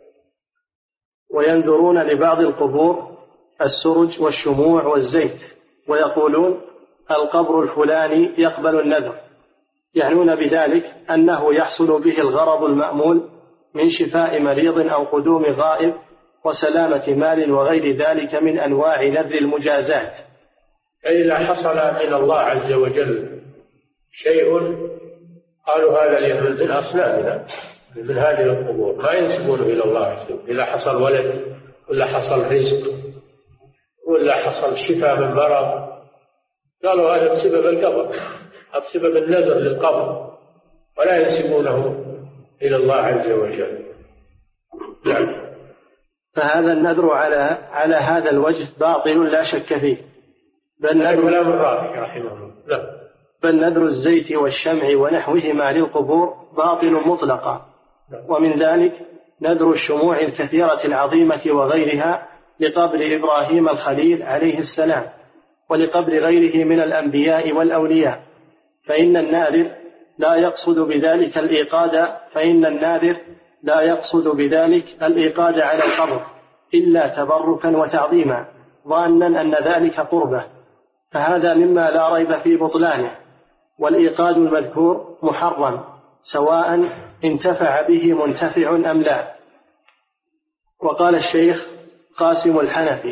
وينذرون لبعض القبور السرج والشموع والزيت، ويقولون القبر الفلاني يقبل النذر، يعنون بذلك أنه يحصل به الغرض المأمول من شفاء مريض أو قدوم غائب وسلامة مال وغير ذلك من أنواع نذر المجازات. أي لا حصل من الله عز وجل شيء قالوا هذا لمن أصنامنا من هذه القبور، ما ينسبونه إلى الله عز وجل. إذا حصل ولد ولا حصل رزق ولا حصل شفاء من مرض قالوا هذا بسبب القبر أو بسبب النذر للقبر، ولا ينسبونه إلى الله عز وجل. يعني. فهذا النذر على على هذا الوجه باطل لا شك فيه، بل نذر رحمه الله. لا. بل نذر الزيت والشمع ونحوهما للقبور باطل مطلقا. ومن ذلك نذر الشموع الكثيرة العظيمة وغيرها لقبر إبراهيم الخليل عليه السلام ولقبر غيره من الأنبياء والأولياء، فإن الناذر لا يقصد بذلك الإيقاد فإن الناذر لا يقصد بذلك الإيقاد على القبر إلا تبركا وتعظيما ظانا أن ذلك قربة، فهذا مما لا ريب في بطلانه، والإيقاد المذكور محرم سواء انتفع به منتفع أم لا. وقال الشيخ قاسم الحنفي: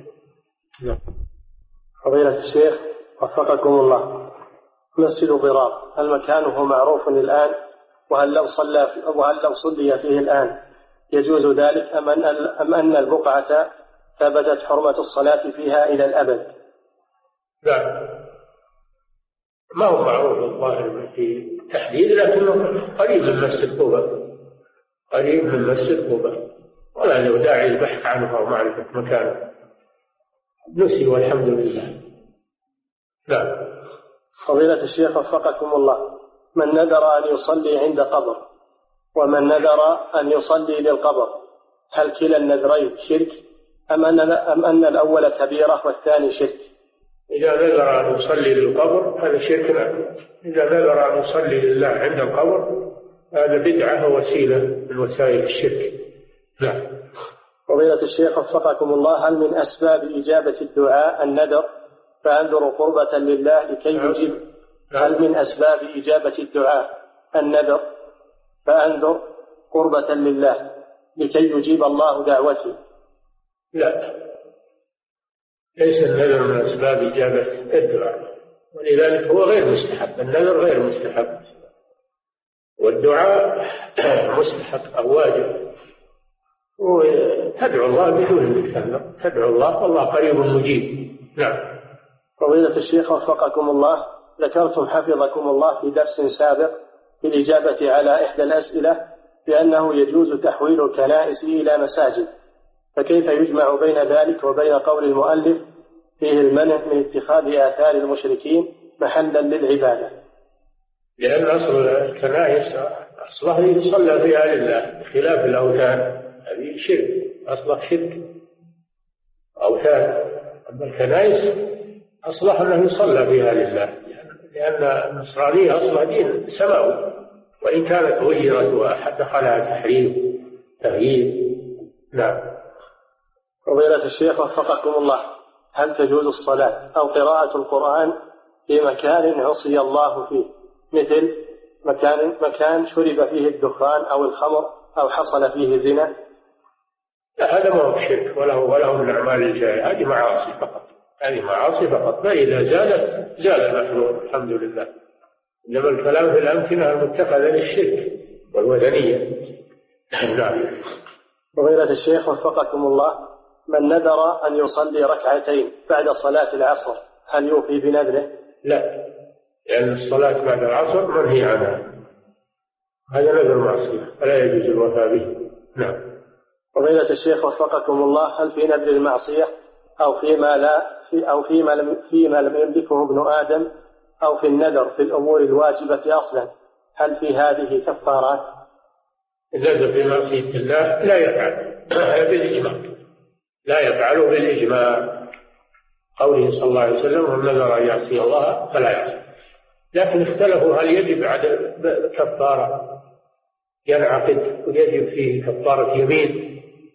فضيلة الشيخ وفقكم الله، مسجد ضرار هل مكانه معروف الآن؟ وهل لو صلى وهل لو صلي فيه الآن يجوز ذلك أم أن أم أن البقعة ثبتت حرمة الصلاة فيها إلى الأبد؟ لا، ما هو معروف الظاهر في تحديد، لكنه قريب من مسجد قباء، قريب من مسجد قباء، ولا له داعي البحث عنه أو معرفة مكانه، نسي والحمد لله. لا. فضيلة الشيخ وفقكم الله، من نذر أن يصلي عند قبر ومن نذر أن يصلي للقبر هل كلا النذرين شرك أم أن أم أن الأول كبيرة والثاني شرك؟ إذا نذر أن يصلي للقبر هذا شرك أكبر، إذا نذر أن يصلي لله عند القبر هذا بدعة ووسيلة من وسائل الشرك. لا. فضيلة الشيخ وفقكم الله، هل من أسباب إجابة الدعاء النذر فأنذر قربة لله لكي يجيب؟ هل من أسباب إجابة الدعاء النذر فأنذر قربة لله لكي يجيب الله دعوتي؟ لا، ليس النذر من أسباب إجابة الدعاء، ولذلك هو غير مستحب، النذر غير مستحب، والدعاء مستحب أو واجب، وتدعو الله بدون التكلم، تدعو الله والله قريب مجيب. نعم. فضيلة الشيخ وفقكم الله، ذكرتم حفظكم الله في درس سابق في الإجابة على إحدى الأسئلة بأنه يجوز تحويل الكنائس إلى مساجد، فكيف يجمع بين ذلك وبين قول المؤلف فيه المنع من اتخاذ آثار المشركين محلا للعبادة؟ لأن أصل الكنائس أصلها يصلى فيها لله بخلاف الأوثان، هذه شرك، أصلها شرك أوثان. أما الكنائس أصلها أنه يصلى فيها لله، لأن النصرانية أصلها دين سماوي، وإن كانت غيرت ودخلها تحريف تغيير. نعم. فضيلة الشيخ وفقكم الله، هل تجوز الصلاة أو قراءة القرآن في مكان عصي الله فيه، مثل مكان مكان شرب فيه الدخان أو الخمر أو حصل فيه زنا؟ لا، هذا ما هو شرك ولا هو ولا هو من أعمال الجاهلية، هذه معاصي فقط، هذه معاصي فقط، فإذا زالت زال المحذور الحمد لله. إنما الكلام في الأمكنة المتخذة للشرك والوثنية. نعم. فضيلة الشيخ وفقكم الله، من نذر أن يصلي ركعتين بعد صلاة العصر هل يوفي بنذره؟ لا، لأن الصلاة بعد العصر منهي عنها، هذا نذر معصية فلا يجوز الوفاء به. نعم. فضيلة الشيخ وفقكم الله، هل في نذر المعصية أو فيما لا في أو فيما لم فيما لم يملكه ابن آدم أو في النذر في الأمور الواجبة أصلا، هل في هذه كفارات؟ النذر في معصية الله لا يفعل بالإجماع، لا يفعله بالإجماع، قوله صلى الله عليه وسلم: ومن نذر أن يعصي الله فلا يعصي. لكن اختلفوا هل يجب بعد كفارة ينعقد ويجب فيه كفارة يمين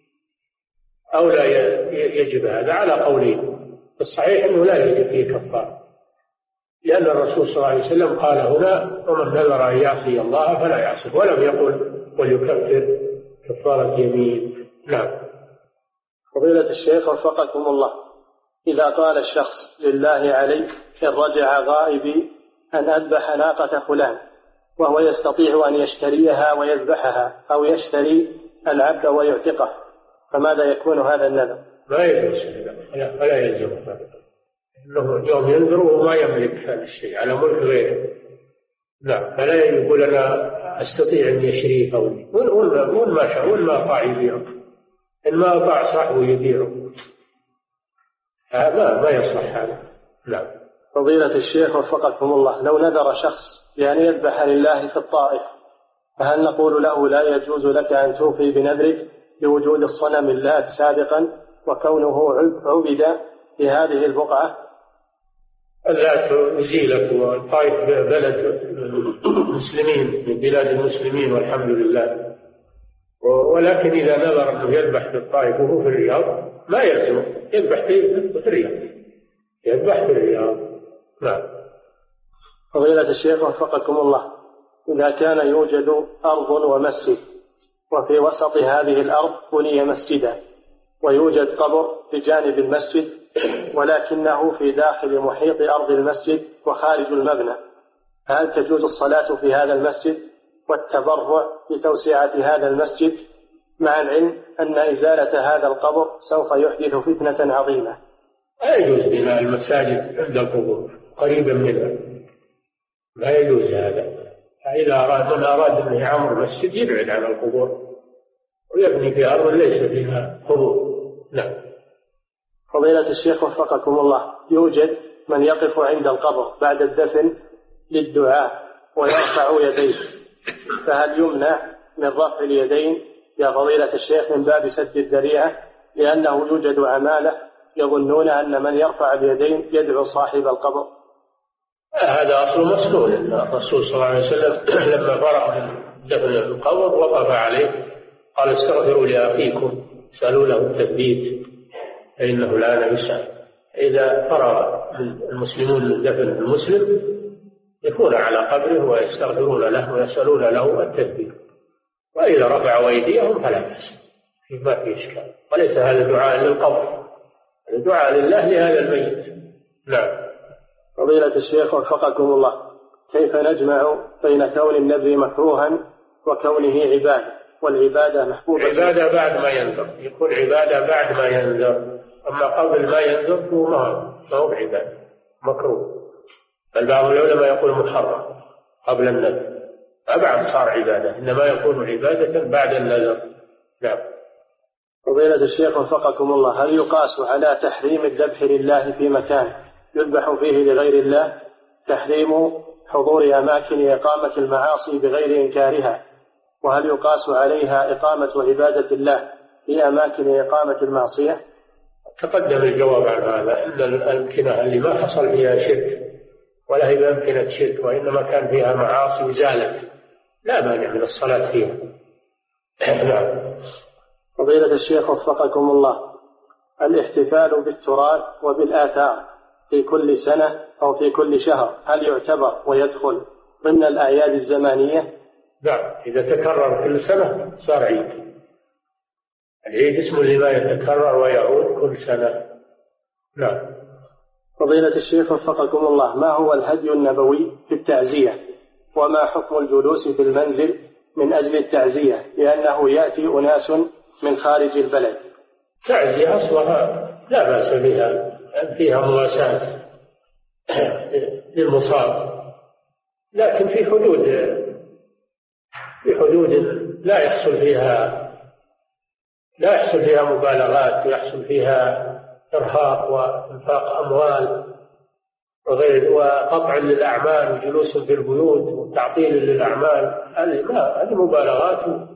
أو لا يجب، هذا على قولين. الصحيح أنه لا يجب فيه كفارة، لأن الرسول صلى الله عليه وسلم قال هنا: ومن نذر أن يعصي الله فلا يعصي، ولم يقل وليكفر كفارة يمين. نعم. فضيلة الشيخ وفقكم الله، إذا قال الشخص: لله عليك إن رجع غائبي أن أذبح ناقة فلان، وهو يستطيع أن يشتريها ويذبحها أو يشتري العبد ويعتقه، فماذا يكون هذا النذر؟ لا يجوز، فلا يلزم هذا، إنه يوم ينذر وما يملك هذا الشيء على ملك غيره. نعم. فلا يقول أنا أستطيع أن يشريه فوري، وإن ما شاء وإن ما أطاع يبيعه، إن ما أطاع صاحبه يبيعه، هذا ما يصلح هذا. نعم. فضيلة الشيخ وفقكم الله، لو نذر شخص بأن يذبح لله في الطائف، فهل نقول له لا يجوز لك أن توفي بنذرك بوجود الصنم اللات سابقا وكونه عبد في هذه البقعة؟ اللات أزيلت، والطائف بلد المسلمين من بلاد المسلمين والحمد لله، ولكن إذا نذر أنه يذبح في الطائف وهو في الرياض ما يلزم يذبح في الرياض، يذبح في الرياض. نعم. فضيلة الشيخ وفقكم الله، إذا كان يوجد أرض ومسجد وفي وسط هذه الأرض بني مسجدا ويوجد قبر بجانب المسجد ولكنه في داخل محيط أرض المسجد وخارج المبنى، فهل تجوز الصلاة في هذا المسجد والتبرع بتوسعة هذا المسجد مع العلم أن إزالة هذا القبر سوف يحدث فتنة عظيمة؟ لا يجوز بناء المساجد عند القبور قريبا منها، لا يجوز هذا. فإذا أراد من أراد أن يعمر مسجد يبعد عن القبور ويبني في أرض ليس فيها قبور. نعم. فضيلة الشيخ وفقكم الله، يوجد من يقف عند القبر بعد الدفن للدعاء ويرفع يديه، فهل يمنع من رفع اليدين يا فضيلة الشيخ من باب سد الذريعة، لأنه يوجد عمالة يظنون أن من يرفع اليدين يدعو صاحب القبر؟ هذا أصل مسنون. الرسول صلى الله عليه وسلم لما فرغ من دفن القبر وقف عليه قال: استغفروا لأخيكم، سألوا له التثبيت فإنه الآن يسأل. إذا فرغ المسلمون من دفن المسلم يكون على قبره ويستغفرون له ويسألون له التثبيت، وإذا رفعوا أيديهم فلا بأس، ما في إشكال، وليس هذا دعاء للقبر، الدعاء لله لهذا الميت. نعم. فضيلة الشيخ وفقكم الله، كيف نجمع بين كون النذر مكروها وكونه عبادة، والعبادة محبوبة؟ عبادة بعد ما ينذر، يكون عبادة بعد ما ينذر، أما قبل ما ينذر هو ما هو عبادة، مكروه. بل بعض العلماء يقول محرم قبل النذر، أبعد صار عبادة، إنما يكون عبادة بعد النذر. نعم. فضيلة الشيخ وفقكم الله، هل يقاس على تحريم الذبح لله في مكان يذبح فيه لغير الله تحريم حضور أماكن إقامة المعاصي بغير إنكارها؟ وهل يقاس عليها إقامة عبادة الله في أماكن إقامة المعصية؟ تقدم الجواب عن هذا، إن الأمكنة اللي ما حصل فيها شرك ولا هي أمكنة شرك وإنما كان فيها معاصي وزالت، لا مانع من الصلاة فيها. نعم. فضيلة الشيخ وفقكم الله، الاحتفال بالتراث وبالآثار في كل سنة أو في كل شهر هل يعتبر ويدخل ضمن الأعياد الزمانية؟ نعم، إذا تكرر كل سنة صار عيد. العيد اسمه لما يتكرر ويعود كل سنة. نعم. فضيلة الشيخ وفقكم الله، ما هو الهدي النبوي في التعزية، وما حكم الجلوس في المنزل من أجل التعزية لأنه يأتي أناس من خارج البلد؟ تعزية أصلها لا بأس بها، فيها مواساة للمصاب، لكن في حدود في حدود لا يحصل فيها لا يحصل فيها مبالغات ويحصل فيها إرهاق وإنفاق أموال وغير وقطع للأعمال وجلوس في البيوت وتعطيل للأعمال، هذه ما هذه مبالغات.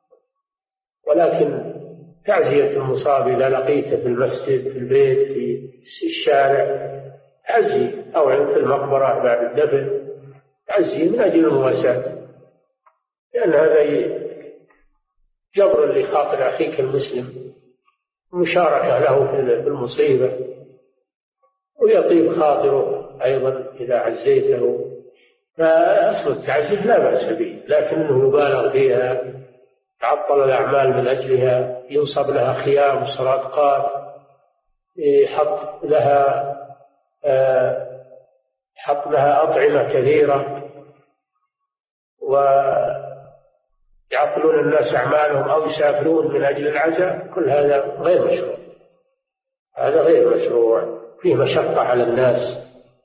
ولكن تعزية المصاب إذا لقيته في المسجد، في البيت، في الشارع، تعزي، أو في المقبرة بعد الدفن، تعزي من أجل المواساة، لأن هذا جبر لخاطر أخيك المسلم، مشاركة له في المصيبة، ويطيب خاطره أيضا إذا عزيته. فأصل التعزية لا بأس به، لكنه يبالغ فيها، تعطل الأعمال من أجلها، ينصب لها خيام وسرادقات، يحط لها حط لها أطعمة كثيرة ويعطلون الناس أعمالهم أو يسافرون من أجل العزاء، كل هذا غير مشروع. هذا غير مشروع، فيه مشقة على الناس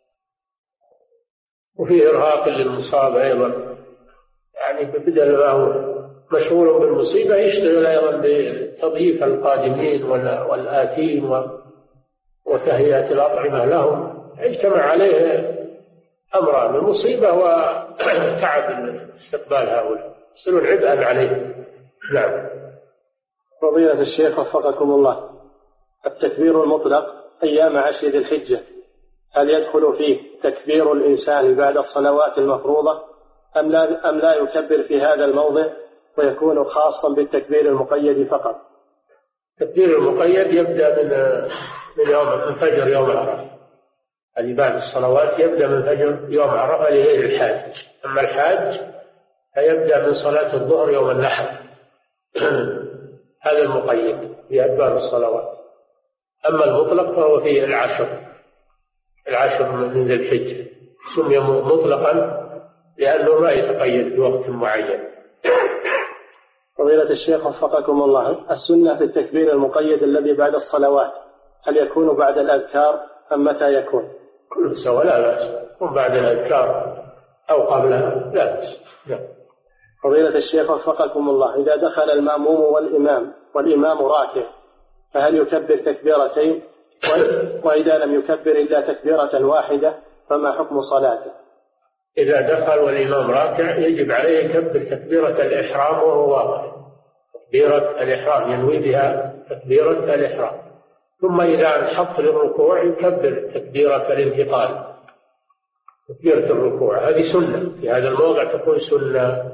وفيه إرهاق للمصاب أيضا. يعني بدل ما هو مشغول بالمصيبة يشتغل أيضا بتضييف القادمين والآتين وتهيئة الأطعمة لهم، يجتمع عليه أمران: المصيبة وتعب استقبال هؤلاء، يصيرون عبئا عليه. نعم. فضيلة الشيخ وفقكم الله، التكبير المطلق أيام عشر ذي الحجة هل يدخل فيه تكبير الإنسان بعد الصلوات المفروضة أم لا, أم لا يكبر في هذا الموضع ويكون خاصا بالتكبير المقيد فقط؟ التكبير المقيد يبدأ من من يوم من فجر يوم عرفة، هذه بعد الصلوات يبدأ من فجر يوم عرفة لغير الحاج. أما الحاج فيبدأ من صلاة الظهر يوم النحر هذا المقيد في أدبار الصلوات. أما المطلق فهو في العشر العشر من ذي الحجة، سمي مطلقا لأنه لا يتقيد بوقت معين. فضيلة الشيخ وفقكم الله، السنة في التكبير المقيد الذي بعد الصلوات هل يكون بعد الأذكار أم متى يكون؟ كل سواء، لا بأس، يكون بعد الأذكار أو قبلها، لا بأس. فضيلة الشيخ وفقكم الله، إذا دخل المأموم والإمام والإمام راكع فهل يكبر تكبيرتين؟ وإذا لم يكبر إلا تكبيرة واحدة فما حكم صلاته؟ إذا دخل والإمام راكع يجب عليه يكبر تكبيرة الإحرام وهو واقف، تكبيرة الإحرام ينوي بها تكبيرة الإحرام، ثم إذا انحط للركوع يكبر تكبيرة الانتقال، تكبيرة الركوع، هذه سنة في هذا الموضع تكون سنة.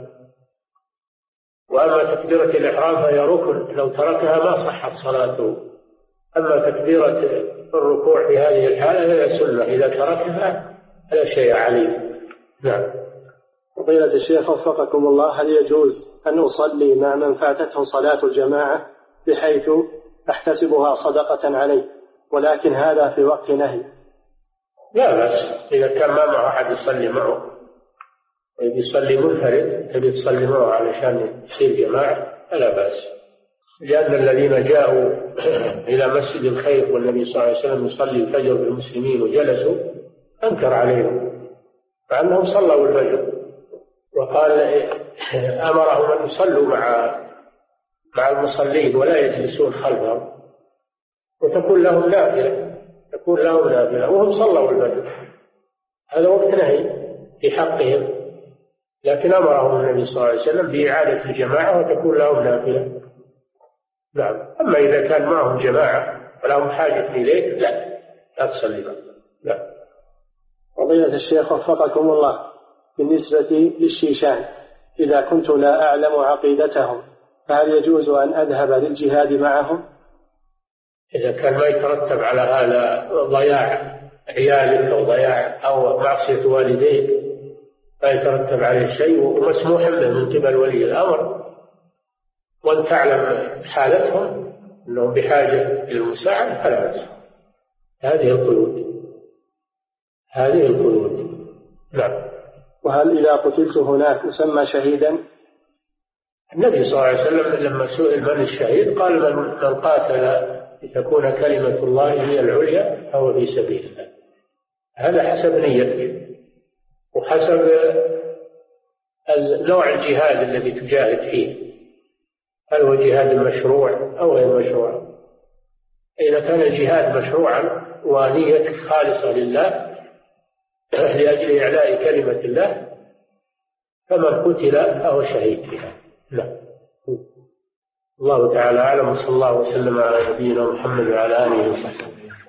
وأما تكبيرة الإحرام فهي ركن، لو تركها ما صحت صلاته. أما تكبيرة الركوع في هذه الحالة هي سنة، إذا تركها فلا شيء عليه. نعم. فضيلة الشيخ وفقكم الله، هل يجوز أن أصلي مع من فاتته صلاة الجماعة بحيث أحتسبها صدقة عليه ولكن هذا في وقت نهي؟ لا بأس إذا كان ما معه أحد يصلي معه، يصلي منفرد تبي تصلي معه علشان يصير جماعة فلا بأس، لأن الذين جاءوا إلى مسجد الخير والنبي صلى الله عليه وسلم يصلي الفجر بالمسلمين وجلسوا أنكر عليهم مع أنهم صلوا الفجر، وقال أمرهم أن يصلوا مع مع المصلين ولا يجلسون خلفهم، وتكون لهم نافلة تكون لهم نافلة وهم صلوا الفجر، هذا وقت نهي في حقهم، لكن أمرهم النبي صلى الله عليه وسلم بإعادة الجماعة وتكون لهم نافلة. نعم. أما إذا كان معهم جماعة ولهم حاجة إليك لا لا تصلي معهم. لا. فضيلة الشيخ وفقكم الله، بالنسبة للشيشان إذا كنت لا أعلم عقيدتهم فهل يجوز أن أذهب للجهاد معهم؟ إذا كان ما يترتب على هذا ضياع عيالك أو ضياع أو معصية والديك لا يترتب عليه شيء ومسموح له من قبل ولي الأمر، وأن تعلم حالتهم أنهم بحاجة إلى المساعدة فلا بأس. هذه القيود هذه القيود. نعم. وهل إذا قتلت هناك أسمى شهيدا؟ النبي صلى الله عليه وسلم لما سئل من الشهيد قال من قاتل لتكون كلمة الله هي العليا فهو في سبيل الله. هذا حسب نيتك وحسب نوع الجهاد الذي تجاهد فيه، هل هو جهاد مشروع أو غير مشروع. إذا كان الجهاد مشروعا ونيتك خالصة لله لأجل إعلاء كلمة الله فمن قتل فهو شهيد فيها. لا. الله تعالى أعلم، وصلى الله وسلم على نبينا محمد وعلى آله وصحبه.